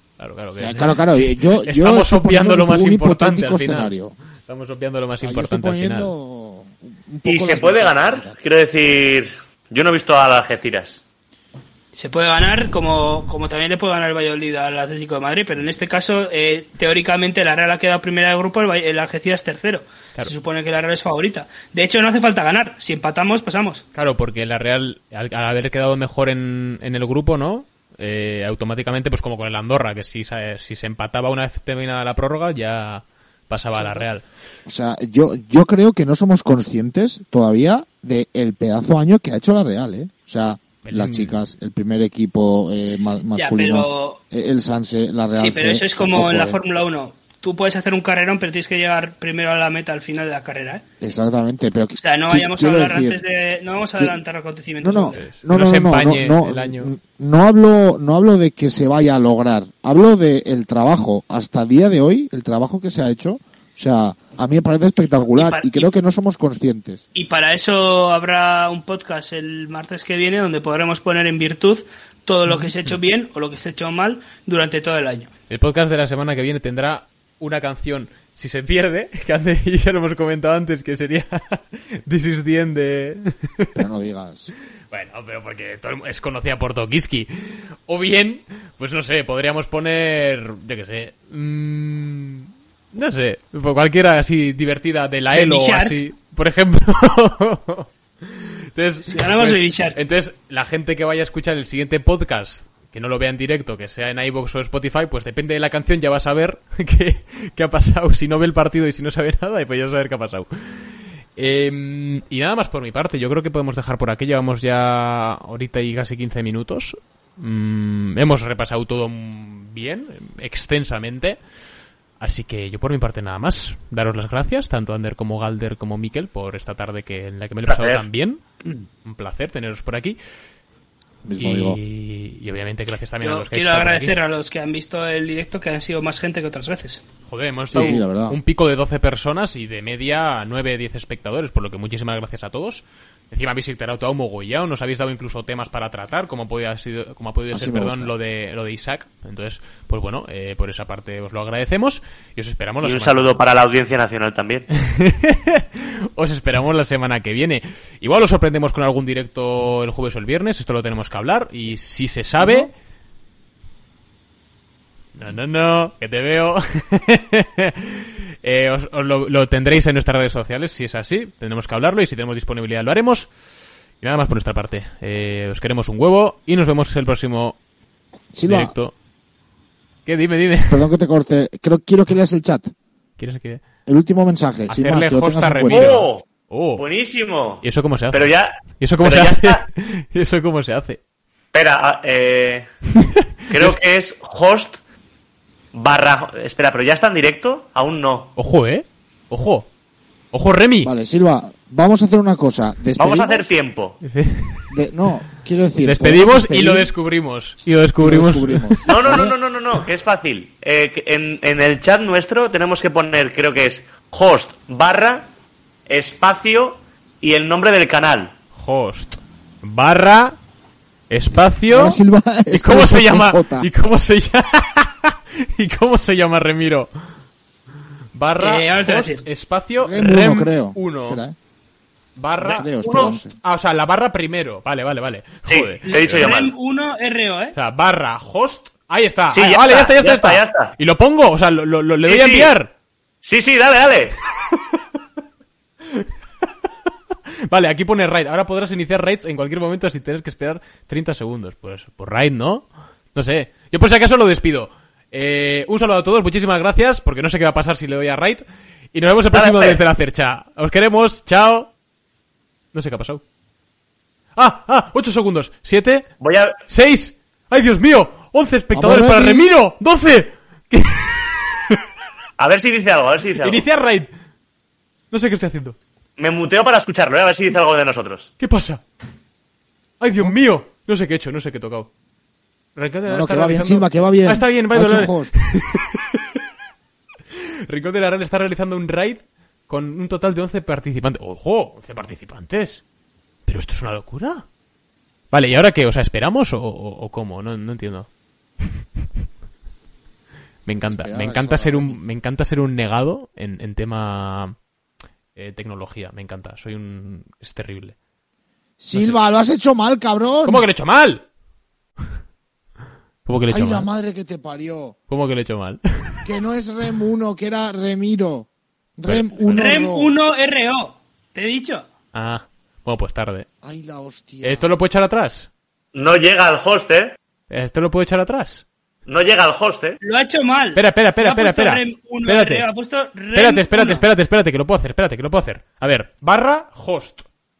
Yo estamos obviando lo más importante al final. Escenario. Estamos obviando lo más importante al final. ¿Y se puede ganar? Quiero decir, yo no he visto a Algeciras. Se puede ganar como también le puede ganar el Valladolid al Atlético de Madrid, pero en este caso, teóricamente, la Real ha quedado primera de grupo, el Algeciras tercero. Claro. Se supone que la Real es favorita. De hecho, no hace falta ganar. Si empatamos, pasamos. Claro, porque la Real, al haber quedado mejor en el grupo, ¿no? Automáticamente, pues como con el Andorra, que si se empataba una vez terminada la prórroga, ya pasaba a la Real. O sea, yo creo que no somos conscientes todavía del pedazo año que ha hecho la Real, O sea, las chicas, el primer equipo masculino, el Sanse, la Real. Sí, pero eso es como en la Fórmula 1. Tú puedes hacer un carrerón, pero tienes que llegar primero a la meta al final de la carrera, Exactamente, pero o sea, no vayamos a hablar antes de... No vamos a adelantar acontecimientos. No se empañe el año. No hablo de que se vaya a lograr. Hablo de el trabajo. Hasta el día de hoy, el trabajo que se ha hecho, o sea, a mí me parece espectacular y creo que no somos conscientes. Y para eso habrá un podcast el martes que viene donde podremos poner en virtud todo lo que se ha hecho bien o lo que se ha hecho mal durante todo el año. El podcast de la semana que viene tendrá una canción, si se pierde, que ya lo hemos comentado antes, que sería This is the End de... Pero no digas. Bueno, pero porque es conocida por Tokiski. O bien, pues no sé, podríamos poner, yo qué sé, no sé, cualquiera así divertida de la Elo o así, por ejemplo. Entonces, si ganamos entonces, la gente que vaya a escuchar el siguiente podcast, que no lo vea en directo, que sea en iVoox o Spotify, pues depende de la canción ya va a saber qué ha pasado. Si no ve el partido y si no sabe nada, pues ya va a saber qué ha pasado. Y nada más por mi parte. Yo creo que podemos dejar por aquí. Llevamos ya ahorita y casi 15 minutos. Hemos repasado todo bien, extensamente. Así que yo por mi parte nada más. Daros las gracias, tanto a Ander como Galder como Mikel, por esta tarde en la que me lo he pasado tan bien. Un placer teneros por aquí. Y obviamente gracias también a los que quiero agradecer a los que han visto el directo, que han sido más gente que otras veces. Joder, hemos estado un pico de 12 personas y de media 9-10 espectadores, por lo que muchísimas gracias a todos. Encima habéis interactuado un mogollón, nos habéis dado incluso temas para tratar, como ha podido ser, lo de Isaac. Entonces, pues bueno, por esa parte os lo agradecemos y os esperamos la semana. Y un saludo para la Audiencia Nacional también. Os esperamos la semana que viene. Igual os sorprendemos con algún directo el jueves o el viernes, esto lo tenemos que hablar. Y si se sabe... No, que te veo. Os lo tendréis en nuestras redes sociales, si es así, tendremos que hablarlo y si tenemos disponibilidad lo haremos. Y nada más por nuestra parte. Os queremos un huevo y nos vemos el próximo directo. ¿Qué? Dime. Perdón que te corte. Quiero que leas el chat. ¿Quieres que...? El último mensaje. Hacerle sin más, que host a Remiro. Buenísimo. ¿Y eso cómo se hace? Pero ya... ¿Y eso cómo se hace? ¿Y eso cómo se hace? Espera, creo que es host... Espera, ¿pero ya está en directo? Aún no. Ojo, Ojo, Remy. Vale, Silva, vamos a hacer una cosa. Vamos a hacer tiempo. No, quiero decir... Despedimos y lo descubrimos. No, que es fácil. En el chat nuestro tenemos que poner, creo que es host / espacio y el nombre del canal. Host barra espacio. Ahora Silva, ¿Y cómo se llama? J. ¿Y cómo se llama? ¿Y cómo se llama, Remiro? Barra ahora te voy a host decir. espacio Rem 1, creo. 1 Espera, barra Creo, uno. no sé. O sea, la barra primero. Vale. Sí, Joder. te he dicho yo mal. Rem 1 RO, O sea, barra host. Ahí está. Sí, Ah, ya vale, está, ya está. ¿Y lo pongo? O sea, le Sí, voy a sí. enviar. Sí, dale. Vale, aquí pone raid. Ahora podrás iniciar raids en cualquier momento sin tener que esperar 30 segundos. Pues por raid, ¿no? No sé. Yo por si acaso lo despido. Un saludo a todos, muchísimas gracias, porque no sé qué va a pasar si le doy a raid. Y nos vemos el próximo Dale. desde la cercha. Os queremos, chao. No sé qué ha pasado. 8 segundos. 7, Voy a... 6. ¡Ay, Dios mío! 11 espectadores Vamos, para Remy. Remiro. 12. A ver si dice algo, Iniciar raid. No sé qué estoy haciendo. Me muteo para escucharlo, a ver si dice algo de nosotros. ¿Qué pasa? ¡Ay, Dios mío! No sé qué he hecho, no sé qué he tocado. Rincón de la No, Real que va bien, realizando- Silva, que va bien. Está bien, va Ha hecho vale. host. Rincón de la Real está realizando un raid con un total de 11 participantes. ¡Ojo! 11 participantes. ¿Pero esto es una locura? Vale, ¿y ahora qué? O sea, ¿esperamos o cómo? No entiendo. Me encanta. Esperar Me a encanta que ser salga me encanta ser un negado en tema tecnología. Me encanta. Es terrible. Silva, lo has hecho mal, cabrón. ¿Cómo que lo he hecho mal? ¿Cómo que lo he Ay, hecho la mal? madre que te parió. ¿Cómo que lo he hecho mal? Que no es Rem 1, que era Remiro. Rem 1. Rem 1 RO. Te he dicho. Ah, bueno, pues tarde. Ay, la hostia. ¿Esto lo puedo echar atrás? No llega al host, ¿Esto lo puedo echar atrás? No llega al host, Lo ha hecho mal. Espera. No ha puesto Espera. Rem 1 Espérate. RO, ha puesto Rem Espérate, que lo puedo hacer. A ver, barra host.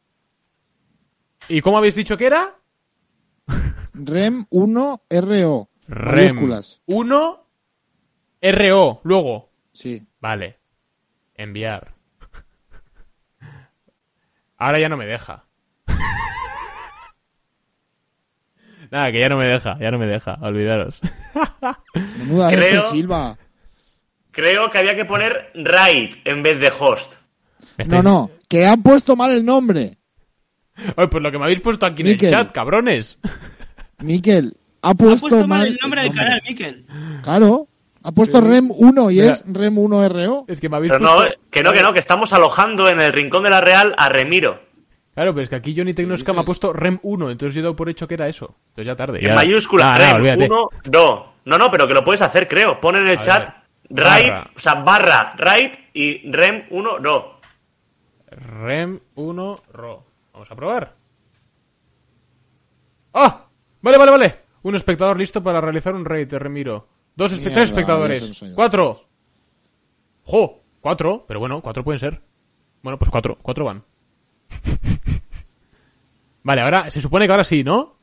¿Y cómo habéis dicho que era? Rem 1 RO. Rem Mayúsculas. 1 RO, luego. Sí. Vale. Enviar. Ahora ya no me deja. Nada, que ya no me deja, olvidaros. Menuda Creo- F, Silva. Creo que había que poner raid en vez de host. No, que han puesto mal el nombre. Oye, pues lo que me habéis puesto aquí Miquel. en el chat, cabrones. Miquel, ha Ha puesto, puesto mal el nombre del canal, Miquel. Claro. Ha puesto Rem 1 y Mira. es Rem 1 RO. Es que me habéis Pero no, puesto... que estamos alojando en el Rincón de la Real a Remiro. Claro, pero es que aquí Johnny Tecnosca me ha puesto Rem 1, entonces yo he dado por hecho que era eso. Entonces ya tarde. En ya... mayúsculas, Rem Rem 1, no. No, pero que lo puedes hacer, creo. Pon en el A chat ver, raid, barra. o sea, barra raid y Rem 1, no. Rem 1 RO. Vamos a probar. ¡Ah! Vale. Un espectador listo para realizar un raid de Remiro. Mierda, 3 ya espectadores. se nos ha ido. 4. ¡Jo! 4. Pero bueno, 4 pueden ser. Bueno, pues 4 van. Vale, ahora, se supone que ahora sí, ¿no?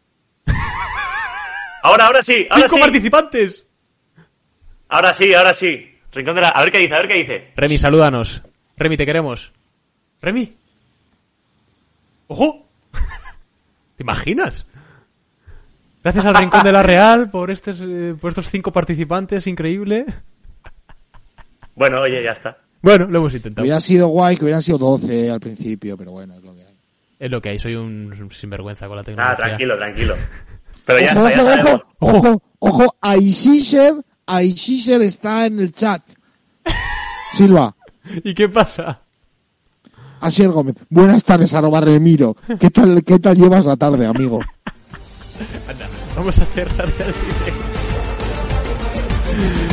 Ahora sí, ahora 5 sí. participantes. Ahora sí. Rincón de la... A ver qué dice. Remy, salúdanos. Remy, te queremos. Remy. ¡Ojo! ¿Te imaginas? Gracias al Rincón de la Real por estos 5 participantes, increíble. Bueno, oye, ya está. Bueno, lo hemos intentado. Hubiera sido guay que hubieran sido 12 al principio, pero bueno, es lo que hay. Es lo que hay, soy un sinvergüenza con la tecnología. Tranquilo. Pero ya Ojo, está, ya sabemos. ojo, Aishisher está en el chat. Silva, ¿Y qué pasa? Asier Gómez. Buenas tardes, @Remiro. ¿Qué tal llevas la tarde, amigo? Anda, vamos a cerrar ya el video.